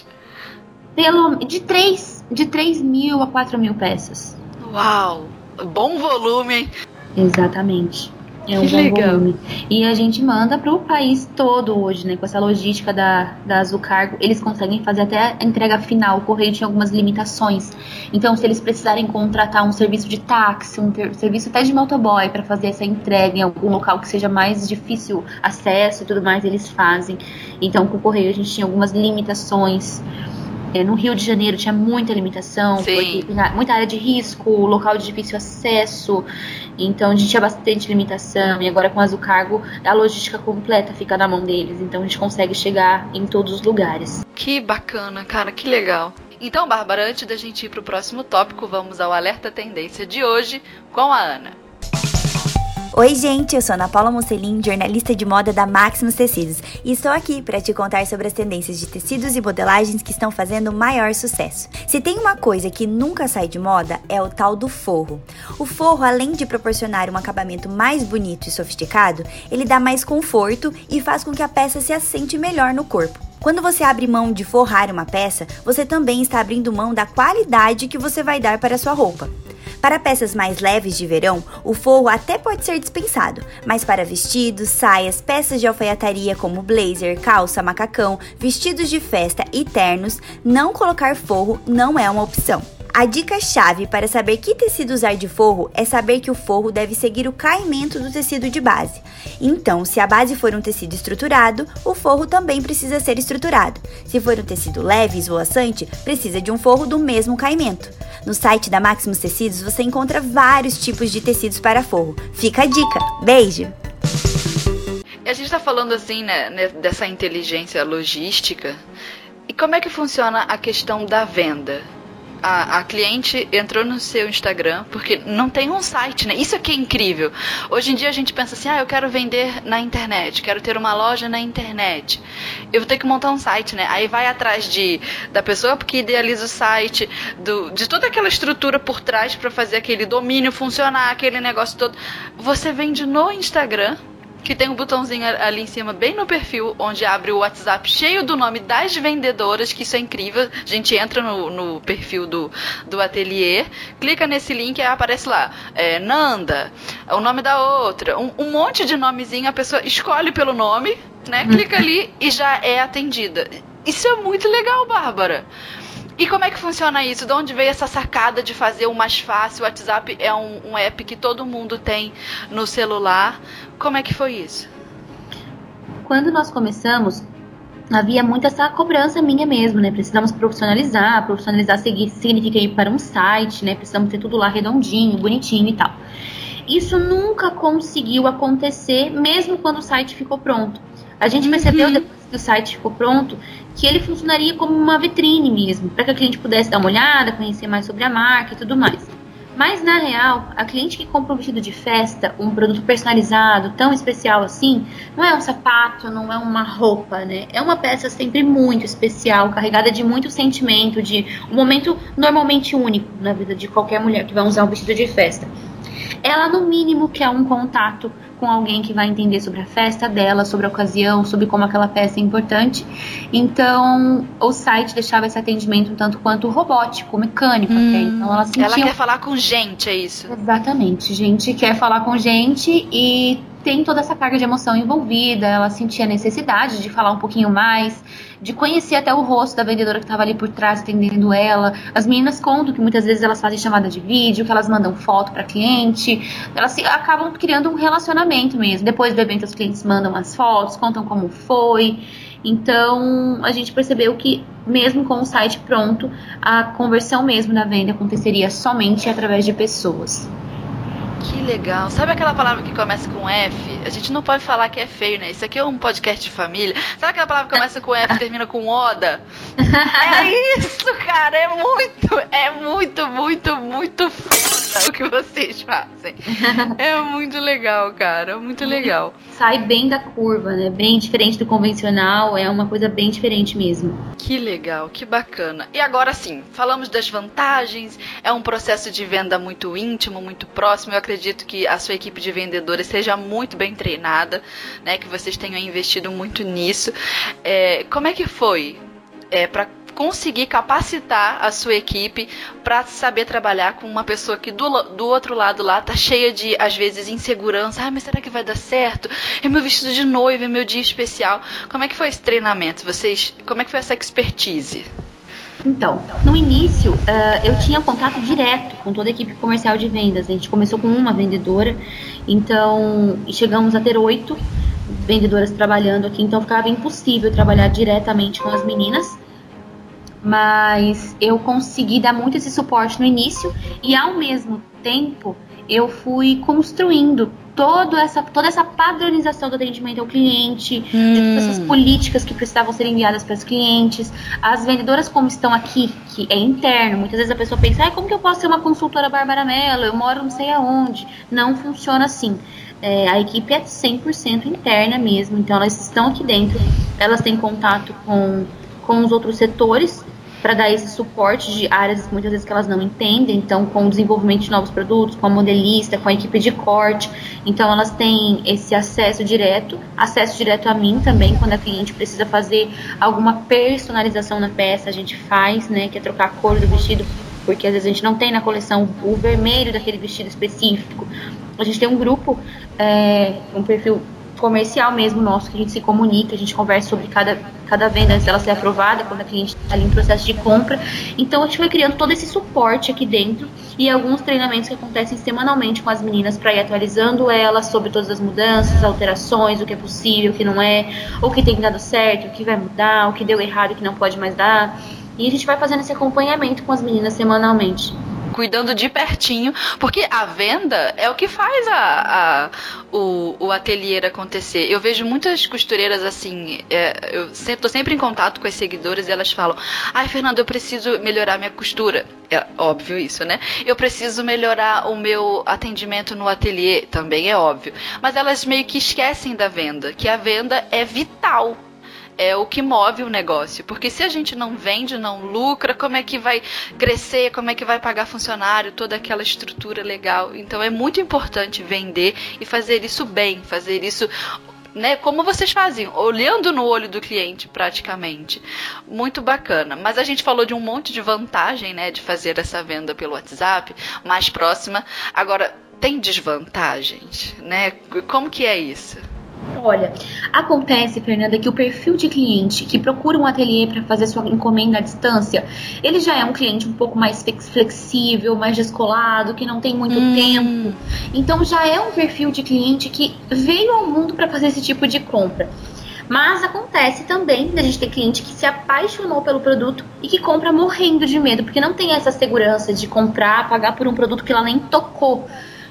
De 3 mil a 4 mil peças. Uau! Bom volume, hein? Exatamente. É um que bom legal. volume. E a gente manda para o país todo hoje, né? Com essa logística da Azul Cargo, eles conseguem fazer até a entrega final. O correio tinha algumas limitações. Então, se eles precisarem contratar um serviço de táxi, serviço até de motoboy para fazer essa entrega em algum local que seja mais difícil acesso e tudo mais, eles fazem. Então, com o correio a gente tinha algumas limitações. No Rio de Janeiro tinha muita limitação, porque muita área de risco, local de difícil acesso, então a gente tinha bastante limitação. E agora com a Azul Cargo, a logística completa fica na mão deles, então a gente consegue chegar em todos os lugares. Que bacana, cara, que legal. Então, Bárbara, antes da gente ir pro próximo tópico, vamos ao Alerta Tendência de hoje com a Ana. Oi gente, eu sou Ana Paula Mocelin, jornalista de moda da Maximus Tecidos e estou aqui para te contar sobre as tendências de tecidos e modelagens que estão fazendo maior sucesso. Se tem uma coisa que nunca sai de moda é o tal do forro. O forro, além de proporcionar um acabamento mais bonito e sofisticado, ele dá mais conforto e faz com que a peça se assente melhor no corpo. Quando você abre mão de forrar uma peça, você também está abrindo mão da qualidade que você vai dar para a sua roupa. Para peças mais leves de verão, o forro até pode ser dispensado, mas para vestidos, saias, peças de alfaiataria como blazer, calça, macacão, vestidos de festa e ternos, não colocar forro não é uma opção. A dica-chave para saber que tecido usar de forro é saber que o forro deve seguir o caimento do tecido de base. Então, se a base for um tecido estruturado, o forro também precisa ser estruturado. Se for um tecido leve e esvoaçante, precisa de um forro do mesmo caimento. No site da Maximus Tecidos você encontra vários tipos de tecidos para forro. Fica a dica! Beijo! A gente tá falando assim, né, dessa inteligência logística. E como é que funciona a questão da venda? A cliente entrou no seu Instagram, porque não tem um site, né? Isso aqui é incrível. Hoje em dia a gente pensa assim, eu quero vender na internet, quero ter uma loja na internet. Eu vou ter que montar um site, né? Aí vai atrás da pessoa que idealiza o site, de toda aquela estrutura por trás para fazer aquele domínio funcionar, aquele negócio todo. Você vende no Instagram, que tem um botãozinho ali em cima, bem no perfil, onde abre o WhatsApp cheio do nome das vendedoras, que isso é incrível. A gente entra no perfil do ateliê, clica nesse link e aparece lá, Nanda, o nome da outra, um monte de nomezinho, a pessoa escolhe pelo nome, né? Clica ali e já é atendida. Isso é muito legal, Bárbara. E como é que funciona isso? De onde veio essa sacada de fazer o mais fácil? O WhatsApp é um app que todo mundo tem no celular. Como é que foi isso? Quando nós começamos, havia muito essa cobrança minha mesmo, né? Precisamos profissionalizar. Profissionalizar significa ir para um site, né? Precisamos ter tudo lá redondinho, bonitinho e tal. Isso nunca conseguiu acontecer, mesmo quando o site ficou pronto. A gente percebeu, depois que o site ficou pronto, que ele funcionaria como uma vitrine mesmo, para que a cliente pudesse dar uma olhada, conhecer mais sobre a marca e tudo mais. Mas, na real, a cliente que compra um vestido de festa, um produto personalizado, tão especial assim, não é um sapato, não é uma roupa, né? É uma peça sempre muito especial, carregada de muito sentimento, de um momento normalmente único na vida de qualquer mulher que vai usar um vestido de festa. Ela, no mínimo, quer um contato com alguém que vai entender sobre a festa dela, sobre a ocasião, sobre como aquela peça é importante. Então, o site deixava esse atendimento um tanto quanto robótico, mecânico até. Então, ela sentia... Ela quer falar com gente, é isso? Exatamente. Gente quer falar com gente e tem toda essa carga de emoção envolvida. Ela sentia a necessidade de falar um pouquinho mais, de conhecer até o rosto da vendedora que estava ali por trás atendendo ela. As meninas contam que muitas vezes elas fazem chamada de vídeo, que elas mandam foto para cliente. Elas acabam criando um relacionamento mesmo. Depois do evento, os clientes mandam as fotos, contam como foi. Então, a gente percebeu que, mesmo com o site pronto, a conversão mesmo na venda aconteceria somente através de pessoas. Que legal. Sabe aquela palavra que começa com F? A gente não pode falar que é feio, né? Isso aqui é um podcast de família. Sabe aquela palavra que começa com F e termina com Oda? É isso, cara. É muito foda o que vocês fazem. É muito legal, cara. É muito legal. Sai bem da curva, né? Bem diferente do convencional. É uma coisa bem diferente mesmo. Que legal, que bacana. E agora sim, falamos das vantagens. É um processo de venda muito íntimo, muito próximo. Eu acredito que a sua equipe de vendedores seja muito bem treinada, né? Que vocês tenham investido muito nisso. Como é que foi para conseguir capacitar a sua equipe para saber trabalhar com uma pessoa que do outro lado lá tá cheia de, às vezes, insegurança? Mas será que vai dar certo? É meu vestido de noiva, é meu dia especial. Como é que foi esse treinamento? Como é que foi essa expertise? Então, no início, eu tinha contato direto com toda a equipe comercial de vendas. A gente começou com uma vendedora, então chegamos a ter 8 vendedoras trabalhando aqui, então ficava impossível trabalhar diretamente com as meninas. Mas eu consegui dar muito esse suporte no início e, ao mesmo tempo, eu fui construindo toda essa padronização do atendimento ao cliente, de todas essas políticas que precisavam ser enviadas para os clientes. As vendedoras, como estão aqui, que é interno, muitas vezes a pessoa pensa, como que eu posso ser uma consultora Bárbara Mello? Eu moro não sei aonde. Não funciona assim. A equipe é 100% interna mesmo, então elas estão aqui dentro, elas têm contato com os outros setores, para dar esse suporte de áreas muitas vezes que elas não entendem, então com o desenvolvimento de novos produtos, com a modelista, com a equipe de corte, então elas têm esse acesso direto a mim também, quando a cliente precisa fazer alguma personalização na peça, a gente faz, né, que é trocar a cor do vestido, porque às vezes a gente não tem na coleção o vermelho daquele vestido específico. A gente tem um grupo, um perfil comercial mesmo nosso, que a gente se comunica, a gente conversa sobre cada venda antes dela ser aprovada, quando a cliente está ali em processo de compra. Então a gente foi criando todo esse suporte aqui dentro e alguns treinamentos que acontecem semanalmente com as meninas para ir atualizando elas sobre todas as mudanças, alterações, o que é possível, o que não é, o que tem dado certo, o que vai mudar, o que deu errado, o que não pode mais dar. E a gente vai fazendo esse acompanhamento com as meninas semanalmente. Cuidando de pertinho, porque a venda é o que faz o ateliê acontecer. Eu vejo muitas costureiras assim, eu tô sempre em contato com as seguidoras e elas falam, Fernanda, eu preciso melhorar minha costura. É óbvio isso, né? Eu preciso melhorar o meu atendimento no ateliê, também é óbvio. Mas elas meio que esquecem da venda, que a venda é vital. é o que move o negócio. Porque se a gente não vende, não lucra, como é que vai crescer, como é que vai pagar funcionário, toda aquela estrutura legal. Então é muito importante vender e fazer isso bem, fazer isso, né, como vocês fazem, olhando no olho do cliente praticamente. Muito bacana. Mas a gente falou de um monte de vantagem, né, de fazer essa venda pelo WhatsApp, mais próxima. Agora, tem desvantagens, né? Como que é isso? Olha, acontece, Fernanda, que o perfil de cliente que procura um ateliê para fazer sua encomenda à distância, ele já é um cliente um pouco mais flexível, mais descolado, que não tem muito tempo. Então já é um perfil de cliente que veio ao mundo para fazer esse tipo de compra. Mas acontece também da gente ter cliente que se apaixonou pelo produto e que compra morrendo de medo, porque não tem essa segurança de comprar, pagar por um produto que ela nem tocou.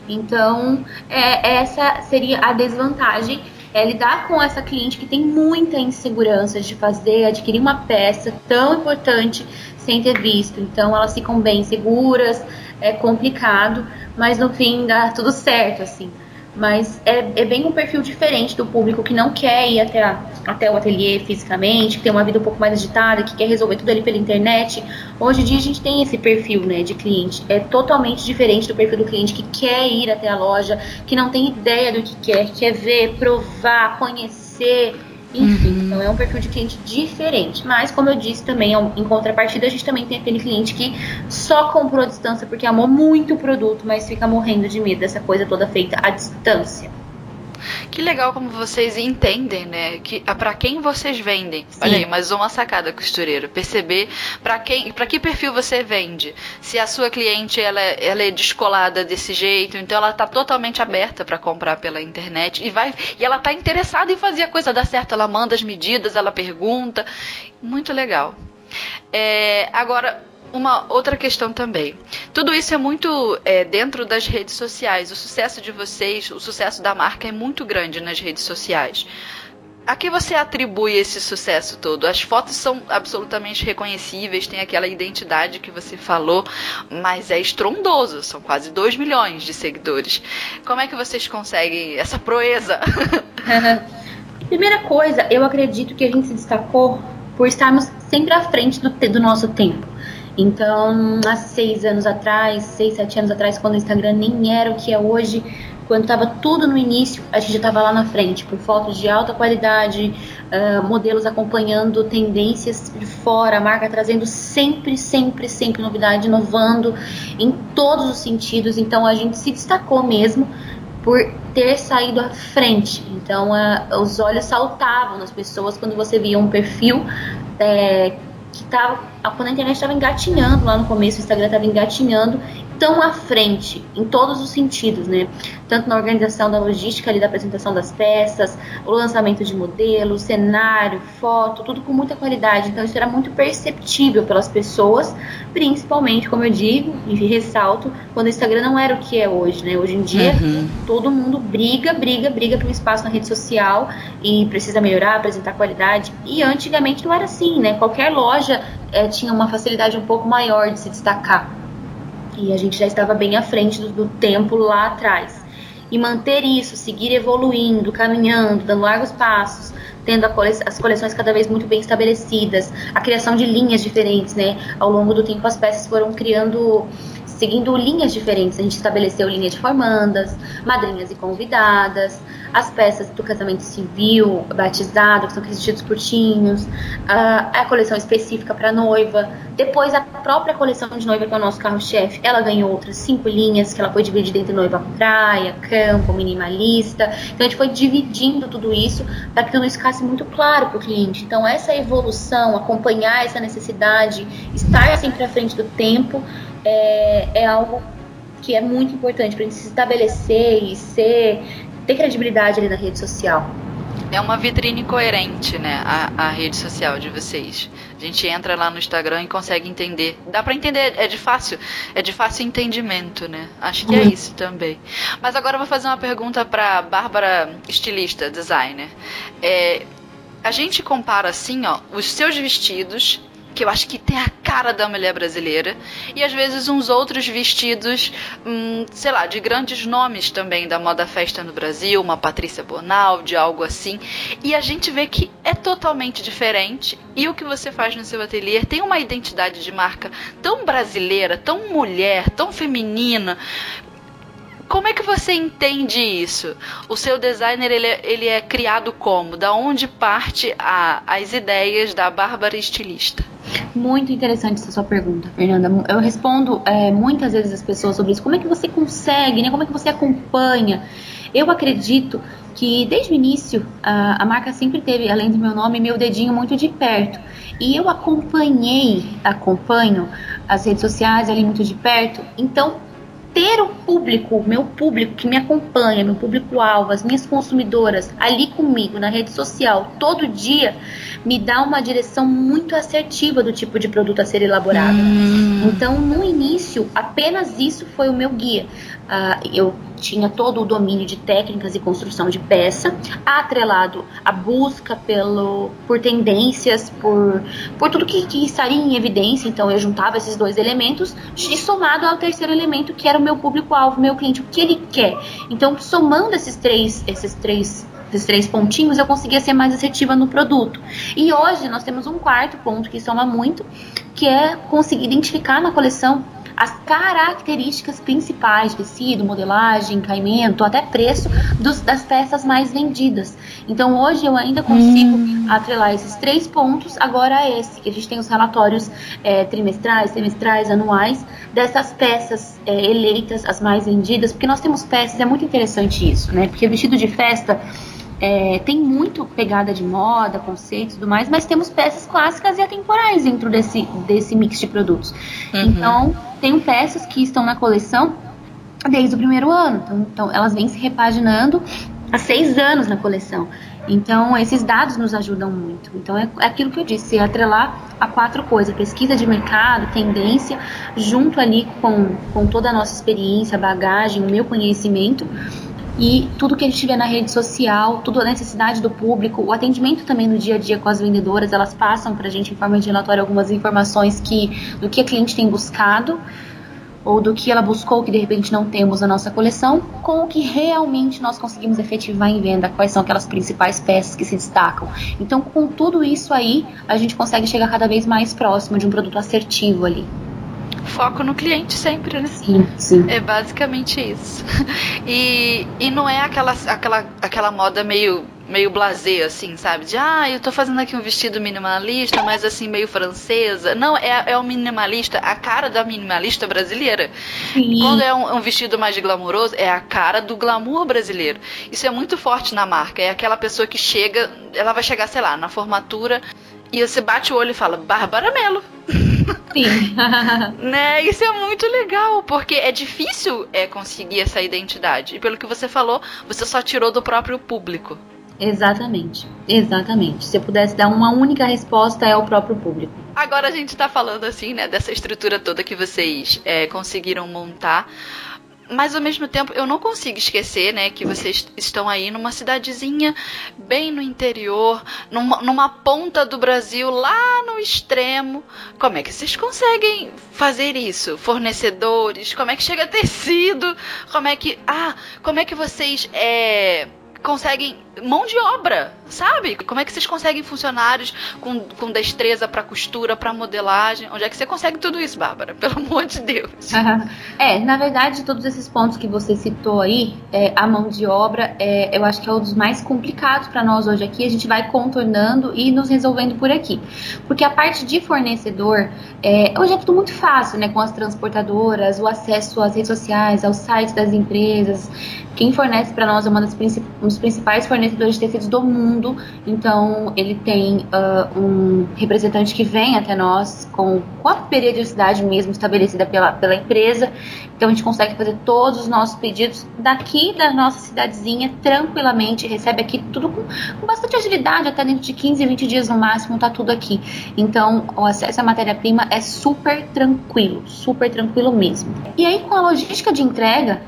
Então, essa seria a desvantagem, lidar com essa cliente que tem muita insegurança de adquirir uma peça tão importante sem ter visto. Então, elas ficam bem seguras, é complicado, mas no fim dá tudo certo, assim. Mas é bem um perfil diferente do público que não quer ir até o ateliê fisicamente, que tem uma vida um pouco mais agitada, que quer resolver tudo ali pela internet. Hoje em dia a gente tem esse perfil, né, de cliente. É totalmente diferente do perfil do cliente que quer ir até a loja, que não tem ideia do que quer ver, provar, conhecer. Enfim, então é um perfil de cliente diferente. Mas, como eu disse também, em contrapartida, a gente também tem aquele cliente que só comprou à distância porque amou muito o produto, mas fica morrendo de medo dessa coisa toda feita à distância. Que legal como vocês entendem, né? Para quem vocês vendem. Sim. Olha aí, mais uma sacada, costureiro. Perceber para que perfil você vende. Se a sua cliente ela é descolada desse jeito, então ela está totalmente aberta para comprar pela internet e ela está interessada em fazer a coisa dar certo. Ela manda as medidas, ela pergunta. Muito legal. Agora, uma outra questão também. Tudo isso é muito dentro das redes sociais. O sucesso de vocês, o sucesso da marca é muito grande nas redes sociais. A que você atribui esse sucesso todo? As fotos são absolutamente reconhecíveis, tem aquela identidade que você falou, mas é estrondoso, são quase 2 milhões de seguidores. Como é que vocês conseguem essa proeza? Primeira coisa, eu acredito que a gente se destacou por estarmos sempre à frente do nosso tempo. Então, há 6 anos atrás, 6, 7 anos atrás, quando o Instagram nem era o que é hoje, quando estava tudo no início, a gente já estava lá na frente, com fotos de alta qualidade, modelos acompanhando tendências de fora, a marca trazendo sempre novidade, inovando em todos os sentidos. Então, a gente se destacou mesmo por ter saído à frente. Então, os olhos saltavam nas pessoas quando você via um perfil que quando a internet estava engatinhando lá no começo, o Instagram estava engatinhando, tão à frente, em todos os sentidos, né? Tanto na organização da logística ali, da apresentação das peças, o lançamento de modelos, cenário, foto, tudo com muita qualidade. Então isso era muito perceptível pelas pessoas, principalmente, como eu digo, e ressalto, quando o Instagram não era o que é hoje, né? Hoje em dia, todo mundo briga por um espaço na rede social e precisa melhorar, apresentar qualidade. E antigamente não era assim, né? Qualquer loja tinha uma facilidade um pouco maior de se destacar. E a gente já estava bem à frente do tempo lá atrás. E manter isso, seguir evoluindo, caminhando, dando largos passos, tendo as coleções cada vez muito bem estabelecidas, a criação de linhas diferentes, né? Ao longo do tempo as peças foram seguindo linhas diferentes. A gente estabeleceu linha de formandas, madrinhas e convidadas, as peças do casamento civil, batizado, que são aqueles vestidos curtinhos, a coleção específica para noiva. Depois a própria coleção de noiva, que é o nosso carro-chefe, ela ganhou outras 5 linhas, que ela foi dividida entre noiva praia, campo, minimalista. Então a gente foi dividindo tudo isso para que tudo isso ficasse muito claro para o cliente. Então essa evolução, acompanhar essa necessidade, estar sempre à frente do tempo, é algo que é muito importante para a gente se estabelecer e ter credibilidade ali na rede social. É uma vitrine coerente, né, a rede social de vocês. A gente entra lá no Instagram e consegue entender. Dá para entender, é de fácil entendimento, né? Acho que é isso também. Mas agora eu vou fazer uma pergunta para Bárbara, estilista, designer. A gente compara assim, ó, os seus vestidos que eu acho que tem a cara da mulher brasileira, e às vezes uns outros vestidos, sei lá, de grandes nomes também da moda festa no Brasil, uma Patrícia Bonaldi, algo assim, e a gente vê que é totalmente diferente, e o que você faz no seu ateliê tem uma identidade de marca tão brasileira, tão mulher, tão feminina. Como é que você entende isso? O seu designer, ele é criado como? Da onde parte as ideias da Bárbara estilista? Muito interessante essa sua pergunta, Fernanda. Eu respondo muitas vezes as pessoas sobre isso. Como é que você consegue, né? Como é que você acompanha? Eu acredito que desde o início a marca sempre teve, além do meu nome, meu dedinho muito de perto. E eu acompanho as redes sociais ali muito de perto. Então, ter o público, meu público que me acompanha, meu público-alvo, as minhas consumidoras ali comigo na rede social todo dia, me dá uma direção muito assertiva do tipo de produto a ser elaborado. Então, no início, apenas isso foi o meu guia. Eu tinha todo o domínio de técnicas e construção de peça, atrelado à busca por tendências, por tudo que estaria em evidência. Então eu juntava esses dois elementos e somado ao terceiro elemento, que era o meu público-alvo, meu cliente, o que ele quer. Então, somando esses três pontinhos, eu conseguia ser mais assertiva no produto. E hoje nós temos um quarto ponto que soma muito, que é conseguir identificar na coleção as características principais, tecido, modelagem, caimento, até preço das peças mais vendidas. Então hoje eu ainda consigo atrelar esses 3 pontos, agora esse, que a gente tem os relatórios trimestrais, semestrais, anuais, dessas peças eleitas, as mais vendidas, porque nós temos peças, é muito interessante isso, né? Porque vestido de festa tem muito pegada de moda, conceitos e tudo mais, mas temos peças clássicas e atemporais dentro desse mix de produtos. Então, tenho peças que estão na coleção desde o primeiro ano. Então elas vêm se repaginando há 6 anos na coleção. Então, esses dados nos ajudam muito. Então, é aquilo que eu disse, atrelar a 4 coisas: pesquisa de mercado, tendência, junto ali com toda a nossa experiência, bagagem, o meu conhecimento, e tudo que a gente vê na rede social, tudo a necessidade do público, o atendimento também no dia a dia com as vendedoras. Elas passam pra gente em forma de relatório algumas informações do que a cliente tem buscado, ou do que ela buscou que de repente não temos na nossa coleção, com o que realmente nós conseguimos efetivar em venda, quais são aquelas principais peças que se destacam. Então, com tudo isso aí, a gente consegue chegar cada vez mais próximo de um produto assertivo ali. Foco no cliente sempre, né? Sim. É basicamente isso. E não é aquela moda meio blasé, assim, sabe? De, eu tô fazendo aqui um vestido minimalista, mas assim, meio francesa. Não, é o minimalista, a cara da minimalista brasileira. Sim. Quando é um vestido mais glamouroso, é a cara do glamour brasileiro. Isso é muito forte na marca. É aquela pessoa que chega, ela vai chegar, sei lá, na formatura, e você bate o olho e fala, Bárbara Mello. Sim. Né? Isso é muito legal, porque é difícil conseguir essa identidade. E pelo que você falou, você só tirou do próprio público. Exatamente. Se eu pudesse dar uma única resposta, é o próprio público. Agora a gente tá falando assim, né, dessa estrutura toda que vocês conseguiram montar. Mas ao mesmo tempo eu não consigo esquecer, né, que vocês estão aí numa cidadezinha bem no interior, numa ponta do Brasil, lá no extremo. Como é que vocês conseguem fazer isso? Fornecedores, como é que chega tecido? Como é que vocês conseguem mão de obra, sabe? Como é que vocês conseguem funcionários com destreza para costura, para modelagem? Onde é que você consegue tudo isso, Bárbara? Pelo amor de Deus. Na verdade, todos esses pontos que você citou aí, a mão de obra, eu acho que é um dos mais complicados para nós hoje aqui. A gente vai contornando e nos resolvendo por aqui. Porque a parte de fornecedor, hoje é tudo muito fácil, né? Com as transportadoras, o acesso às redes sociais, aos sites das empresas. Quem fornece para nós é um dos principais fornecedores de tecidos do mundo. Então, ele tem um representante que vem até nós com a periodicidade mesmo estabelecida pela empresa. Então, a gente consegue fazer todos os nossos pedidos daqui da nossa cidadezinha tranquilamente. Recebe aqui tudo com bastante agilidade, até dentro de 15, 20 dias no máximo, tá tudo aqui. Então, o acesso à matéria-prima é super tranquilo mesmo. E aí, com a logística de entrega,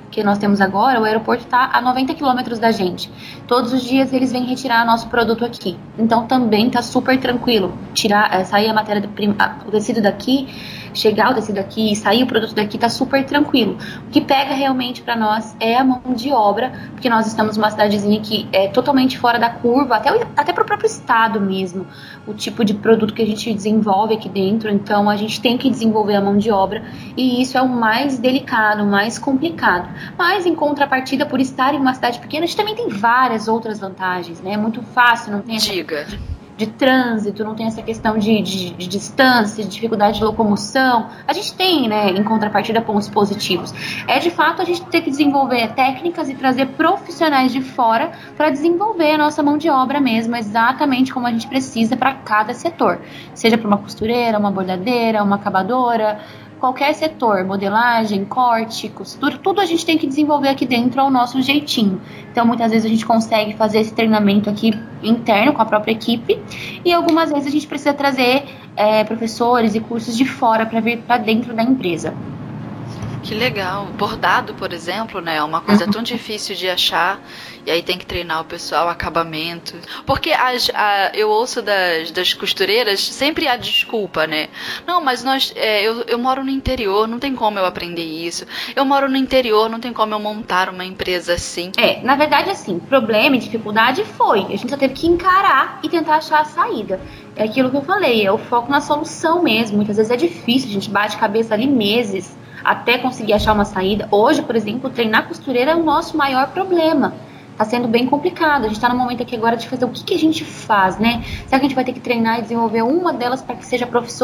que nós temos agora, o aeroporto está a 90 quilômetros da gente. Todos os dias eles vêm retirar nosso produto aqui. Então também está super tranquilo. Sair a matéria-prima, o tecido daqui, chegar o tecido aqui e sair o produto daqui está super tranquilo. O que pega realmente para nós é a mão de obra, porque nós estamos numa cidadezinha que é totalmente fora da curva, até para o próprio estado mesmo, o tipo de produto que a gente desenvolve aqui dentro. Então a gente tem que desenvolver a mão de obra e isso é o mais delicado, o mais complicado. Mas em contrapartida, por estar em uma cidade pequena, a gente também tem várias outras vantagens, né? É muito fácil, não tem essa de trânsito, não tem essa questão de distância, de dificuldade de locomoção. A gente tem, né, em contrapartida, pontos positivos. É de fato a gente ter que desenvolver técnicas e trazer profissionais de fora para desenvolver a nossa mão de obra mesmo, exatamente como a gente precisa para cada setor. Seja para uma costureira, uma bordadeira, uma acabadora, qualquer setor, modelagem, corte, costura, tudo a gente tem que desenvolver aqui dentro ao nosso jeitinho. Então, muitas vezes a gente consegue fazer esse treinamento aqui interno com a própria equipe e algumas vezes a gente precisa trazer professores e cursos de fora para vir para dentro da empresa. Que legal. Bordado, por exemplo, né? É uma coisa tão difícil de achar. E aí tem que treinar o pessoal, acabamento. Porque eu ouço das costureiras sempre a desculpa, né? Não, mas eu moro no interior, não tem como eu aprender isso. Eu moro no interior, não tem como eu montar uma empresa assim. Na verdade, assim, problema e dificuldade foi. A gente só teve que encarar e tentar achar a saída. É aquilo que eu falei, é o foco na solução mesmo. Muitas vezes é difícil, a gente bate cabeça ali meses até conseguir achar uma saída. Hoje, por exemplo, treinar costureira é o nosso maior problema. Tá sendo bem complicado. A gente tá no momento aqui agora de fazer o que a gente faz, né? Será que a gente vai ter que treinar e desenvolver uma delas para que seja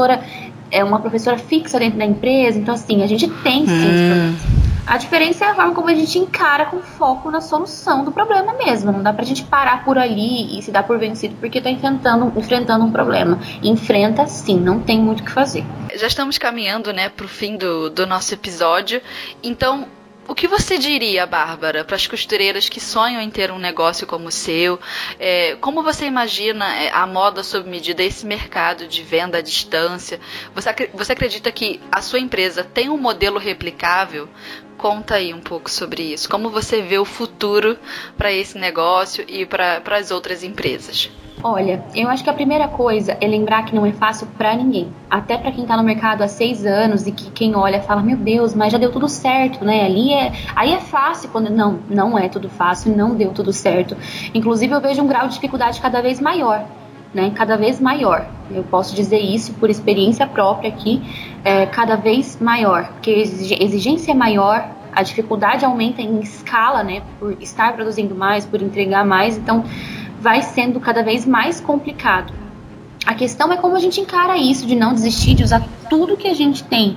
uma professora fixa dentro da empresa? Então, assim, a gente tem sim esse problema. A diferença é a forma como a gente encara com foco na solução do problema mesmo. Não dá pra gente parar por ali e se dar por vencido porque tá enfrentando um problema. Enfrenta sim, não tem muito o que fazer. Já estamos caminhando, né, pro fim do nosso episódio. Então, o que você diria, Bárbara, para as costureiras que sonham em ter um negócio como o seu? Como você imagina a moda sob medida, esse mercado de venda à distância? Você acredita que a sua empresa tem um modelo replicável? Conta aí um pouco sobre isso. Como você vê o futuro para esse negócio e para as outras empresas? Olha, eu acho que a primeira coisa é lembrar que não é fácil pra ninguém. Até pra quem tá no mercado há 6 anos e que quem olha fala, meu Deus, mas já deu tudo certo, né? Aí é fácil, quando não é tudo fácil, não deu tudo certo. Inclusive eu vejo um grau de dificuldade cada vez maior, né? Cada vez maior. Eu posso dizer isso por experiência própria aqui, cada vez maior, porque a exigência é maior, a dificuldade aumenta em escala, né? Por estar produzindo mais, por entregar mais, então vai sendo cada vez mais complicado. A questão é como a gente encara isso, de não desistir, de usar tudo que a gente tem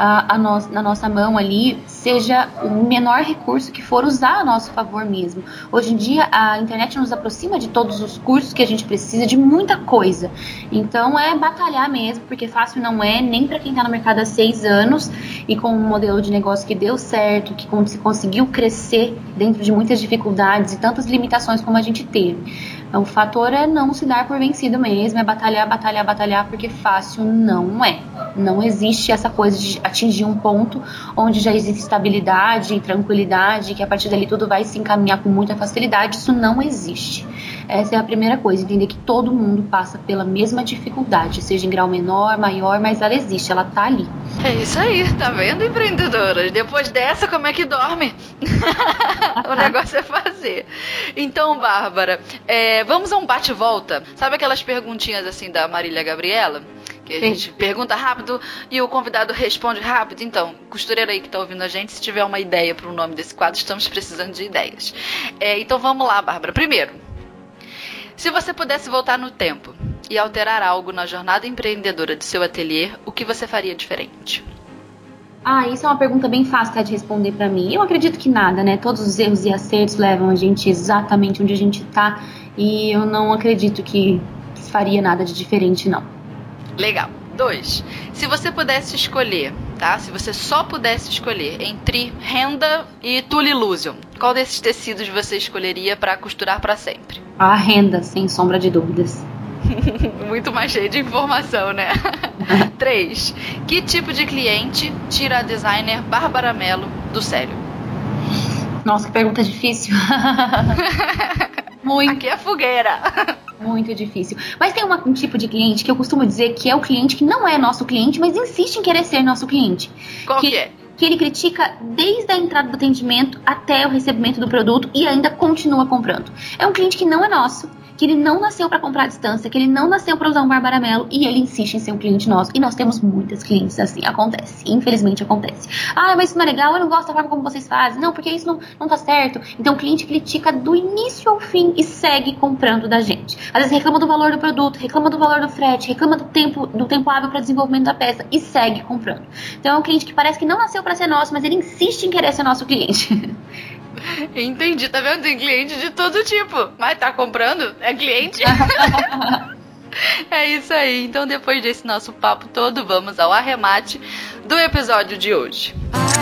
na nossa mão ali, seja o menor recurso que for, usar a nosso favor mesmo. Hoje em dia a internet nos aproxima de todos os cursos que a gente precisa, de muita coisa. Então é batalhar mesmo, porque fácil não é, nem para quem está no mercado há 6 anos e com um modelo de negócio que deu certo, que se conseguiu crescer dentro de muitas dificuldades e tantas limitações como a gente teve. O fator é não se dar por vencido mesmo, é batalhar, batalhar, batalhar, porque fácil não é. Não existe essa coisa de atingir um ponto onde já existe estabilidade e tranquilidade, que a partir dali tudo vai se encaminhar com muita facilidade. Isso não existe. Essa é a primeira coisa, entender que todo mundo passa pela mesma dificuldade, seja em grau menor, maior, mas ela existe, ela tá ali. É isso aí, tá vendo, empreendedoras? Depois dessa, como é que dorme? O negócio é fazer. Então, Bárbara, vamos a um bate-volta. Sabe aquelas perguntinhas assim da Marília Gabriela? Que a gente pergunta rápido e o convidado responde rápido. Então, costureira aí que tá ouvindo a gente, se tiver uma ideia para o nome desse quadro, estamos precisando de ideias. Então vamos lá, Bárbara. Primeiro, se você pudesse voltar no tempo e alterar algo na jornada empreendedora do seu ateliê, o que você faria diferente? Isso é uma pergunta bem fácil de responder para mim. Eu acredito que nada, né? Todos os erros e acertos levam a gente exatamente onde a gente tá, e eu não acredito que faria nada de diferente, não. Legal. 2. Se você pudesse escolher, tá? Se você só pudesse escolher entre renda e Tulle Illusion, qual desses tecidos você escolheria para costurar para sempre? A renda, sem sombra de dúvidas. Muito mais cheio de informação, né? 3. Que tipo de cliente tira a designer Bárbara Mello do sério? Nossa, que pergunta difícil. Muito. Aqui é fogueira. Muito difícil. Mas tem um tipo de cliente que eu costumo dizer que é o cliente que não é nosso cliente, mas insiste em querer ser nosso cliente. Qual que é? Que ele critica desde a entrada do atendimento até o recebimento do produto e ainda continua comprando. É um cliente que não é nosso, que ele não nasceu para comprar à distância, que ele não nasceu para usar um Bárbara Mello e ele insiste em ser um cliente nosso. E nós temos muitas clientes assim, acontece, infelizmente acontece. Ah, mas isso não é legal, eu não gosto da forma como vocês fazem. Não, porque isso não tá certo. Então o cliente critica do início ao fim e segue comprando da gente. Às vezes reclama do valor do produto, reclama do valor do frete, reclama do tempo hábil para desenvolvimento da peça e segue comprando. Então é um cliente que parece que não nasceu para ser nosso, mas ele insiste em querer ser nosso cliente. Entendi, tá vendo? Tem cliente de todo tipo. Mas tá comprando? É cliente? É isso aí. Então, depois desse nosso papo todo, vamos ao arremate do episódio de hoje.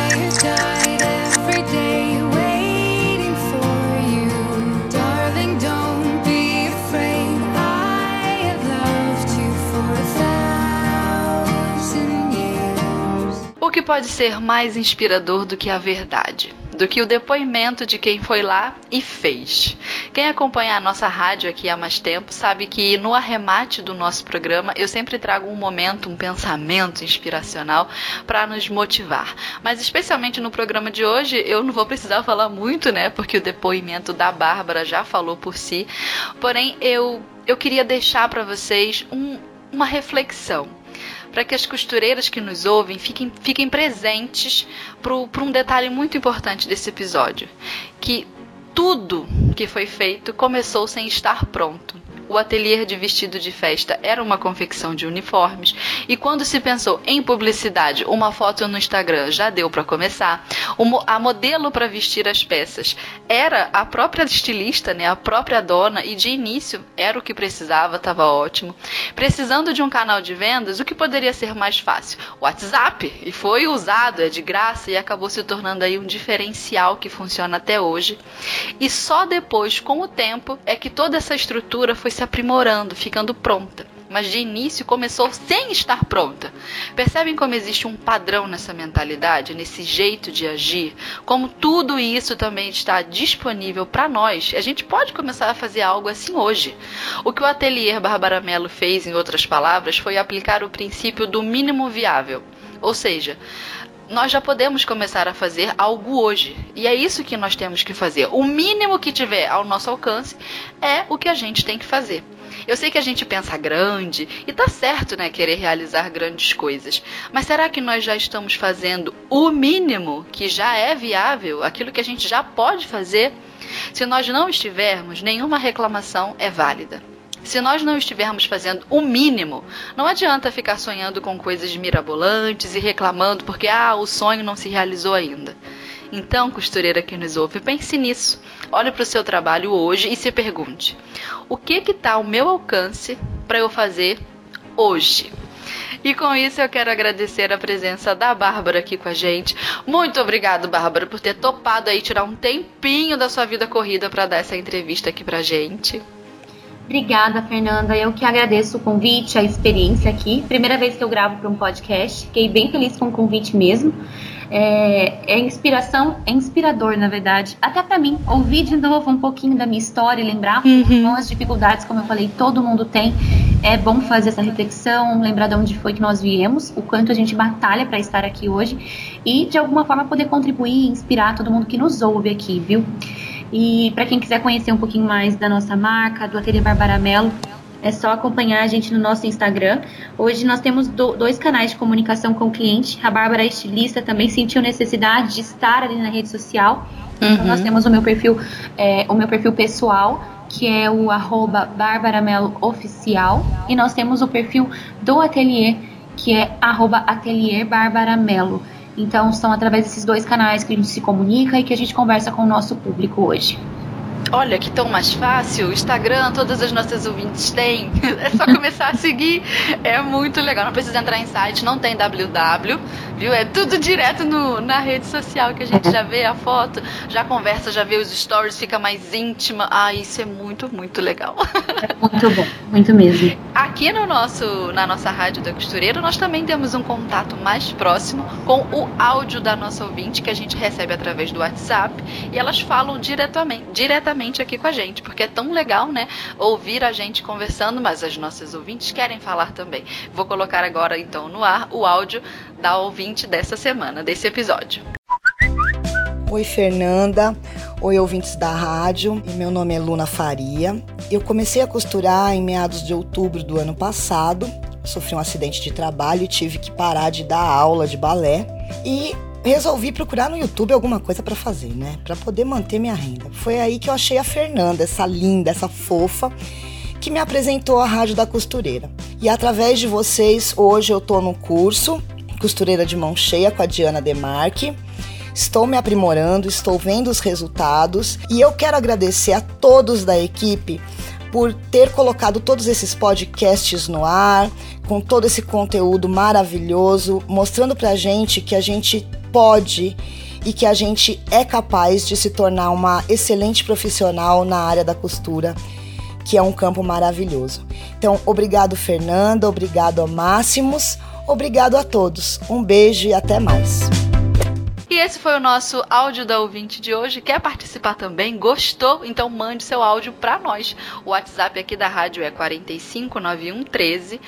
O que pode ser mais inspirador do que a verdade? Do que o depoimento de quem foi lá e fez. Quem acompanha a nossa rádio aqui há mais tempo sabe que no arremate do nosso programa eu sempre trago um momento, um pensamento inspiracional para nos motivar. Mas especialmente no programa de hoje eu não vou precisar falar muito, né? Porque o depoimento da Bárbara já falou por si. Porém, eu queria deixar para vocês uma reflexão, para que as costureiras que nos ouvem fiquem presentes para um detalhe muito importante desse episódio, que tudo que foi feito começou sem estar pronto. O ateliê de vestido de festa era uma confecção de uniformes e quando se pensou em publicidade, uma foto no Instagram já deu para começar. A modelo para vestir as peças era a própria estilista, né, a própria dona, e de início era o que precisava, estava ótimo. Precisando de um canal de vendas, o que poderia ser mais fácil? O WhatsApp, e foi usado, é de graça e acabou se tornando aí um diferencial que funciona até hoje. E só depois, com o tempo, é que toda essa estrutura foi se aprimorando, ficando pronta. Mas de início começou sem estar pronta. Percebem como existe um padrão nessa mentalidade, nesse jeito de agir? Como tudo isso também está disponível para nós. A gente pode começar a fazer algo assim hoje. O que o ateliê Bárbara Mello fez, em outras palavras, foi aplicar o princípio do mínimo viável. Ou seja, nós já podemos começar a fazer algo hoje. E é isso que nós temos que fazer. O mínimo que tiver ao nosso alcance é o que a gente tem que fazer. Eu sei que a gente pensa grande e tá certo, né, querer realizar grandes coisas. Mas será que nós já estamos fazendo o mínimo que já é viável, aquilo que a gente já pode fazer? Se nós não estivermos, nenhuma reclamação é válida. Se nós não estivermos fazendo o mínimo, não adianta ficar sonhando com coisas mirabolantes e reclamando porque o sonho não se realizou ainda. Então, costureira que nos ouve, pense nisso. Olhe para o seu trabalho hoje e se pergunte: o que está ao meu alcance para eu fazer hoje? E com isso eu quero agradecer a presença da Bárbara aqui com a gente. Muito obrigado, Bárbara, por ter topado aí tirar um tempinho da sua vida corrida para dar essa entrevista aqui pra gente. Obrigada, Fernanda. Eu que agradeço o convite, a experiência aqui. Primeira vez que eu gravo para um podcast. Fiquei bem feliz com o convite mesmo. É inspirador, na verdade. Até para mim, ouvir de novo um pouquinho da minha história e lembrar as dificuldades, como eu falei, todo mundo tem. É bom fazer essa reflexão, lembrar de onde foi que nós viemos, o quanto a gente batalha para estar aqui hoje e, de alguma forma, poder contribuir e inspirar todo mundo que nos ouve aqui, viu? E para quem quiser conhecer um pouquinho mais da nossa marca, do Ateliê Bárbara Mello, é só acompanhar a gente no nosso Instagram. Hoje nós temos dois canais de comunicação com o cliente. A Bárbara, estilista, também sentiu necessidade de estar ali na rede social. Então nós temos o meu perfil pessoal, que é o @BarbaraMelloOficial. E nós temos o perfil do ateliê, que é @AtelierBarbaraMello. Então são através desses dois canais que a gente se comunica e que a gente conversa com o nosso público hoje. olha que tão mais fácil, Instagram, todas as nossas ouvintes têm, é só começar a seguir, é muito legal, não precisa entrar em site, não tem www, viu? É tudo direto na rede social que a gente já vê a foto, já conversa, já vê os stories, fica mais íntima, isso é muito, muito legal. É muito bom, muito mesmo. Aqui na nossa Rádio da Costureira, nós também temos um contato mais próximo com o áudio da nossa ouvinte, que a gente recebe através do WhatsApp, e elas falam diretamente aqui com a gente, porque é tão legal, né, ouvir a gente conversando, mas as nossas ouvintes querem falar também. Vou colocar agora, então, no ar o áudio da ouvinte dessa semana, desse episódio. Oi, Fernanda. Oi, ouvintes da rádio. Meu nome é Luna Faria. Eu comecei a costurar em meados de outubro do ano passado. Sofri um acidente de trabalho e tive que parar de dar aula de balé. E resolvi procurar no YouTube alguma coisa para fazer, né? Para poder manter minha renda. Foi aí que eu achei a Fernanda, essa linda, essa fofa, que me apresentou a Rádio da Costureira. E através de vocês, hoje eu tô no curso Costureira de Mão Cheia com a Diana Demarque. Estou me aprimorando, estou vendo os resultados e eu quero agradecer a todos da equipe por ter colocado todos esses podcasts no ar, com todo esse conteúdo maravilhoso, mostrando pra gente que a gente pode e que a gente é capaz de se tornar uma excelente profissional na área da costura, que é um campo maravilhoso. Então, obrigado, Fernanda, obrigado a Máximos, obrigado a todos. Um beijo e até mais. E esse foi o nosso áudio da ouvinte de hoje. Quer participar também? Gostou? Então mande seu áudio para nós. O WhatsApp aqui da rádio é 45 91 13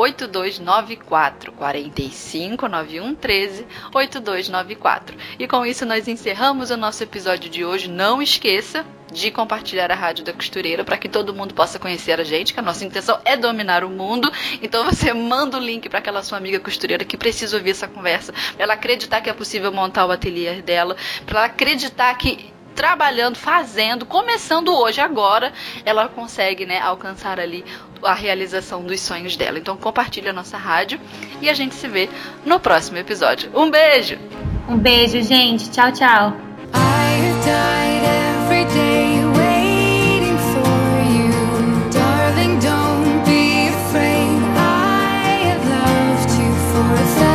8294. 45 91 13 8294. E com isso nós encerramos o nosso episódio de hoje. Não esqueça de compartilhar a Rádio da Costureira para que todo mundo possa conhecer a gente, que a nossa intenção é dominar o mundo. Então você manda o link para aquela sua amiga costureira que precisa ouvir essa conversa, para ela acreditar que é possível montar o ateliê dela, para ela acreditar que trabalhando, fazendo, começando hoje, agora, ela consegue, né, alcançar ali a realização dos sonhos dela. Então compartilha a nossa rádio e a gente se vê no próximo episódio. Um beijo! Um beijo, gente. Tchau, tchau. Every day waiting for you, darling, don't be afraid. I have loved you for 1,000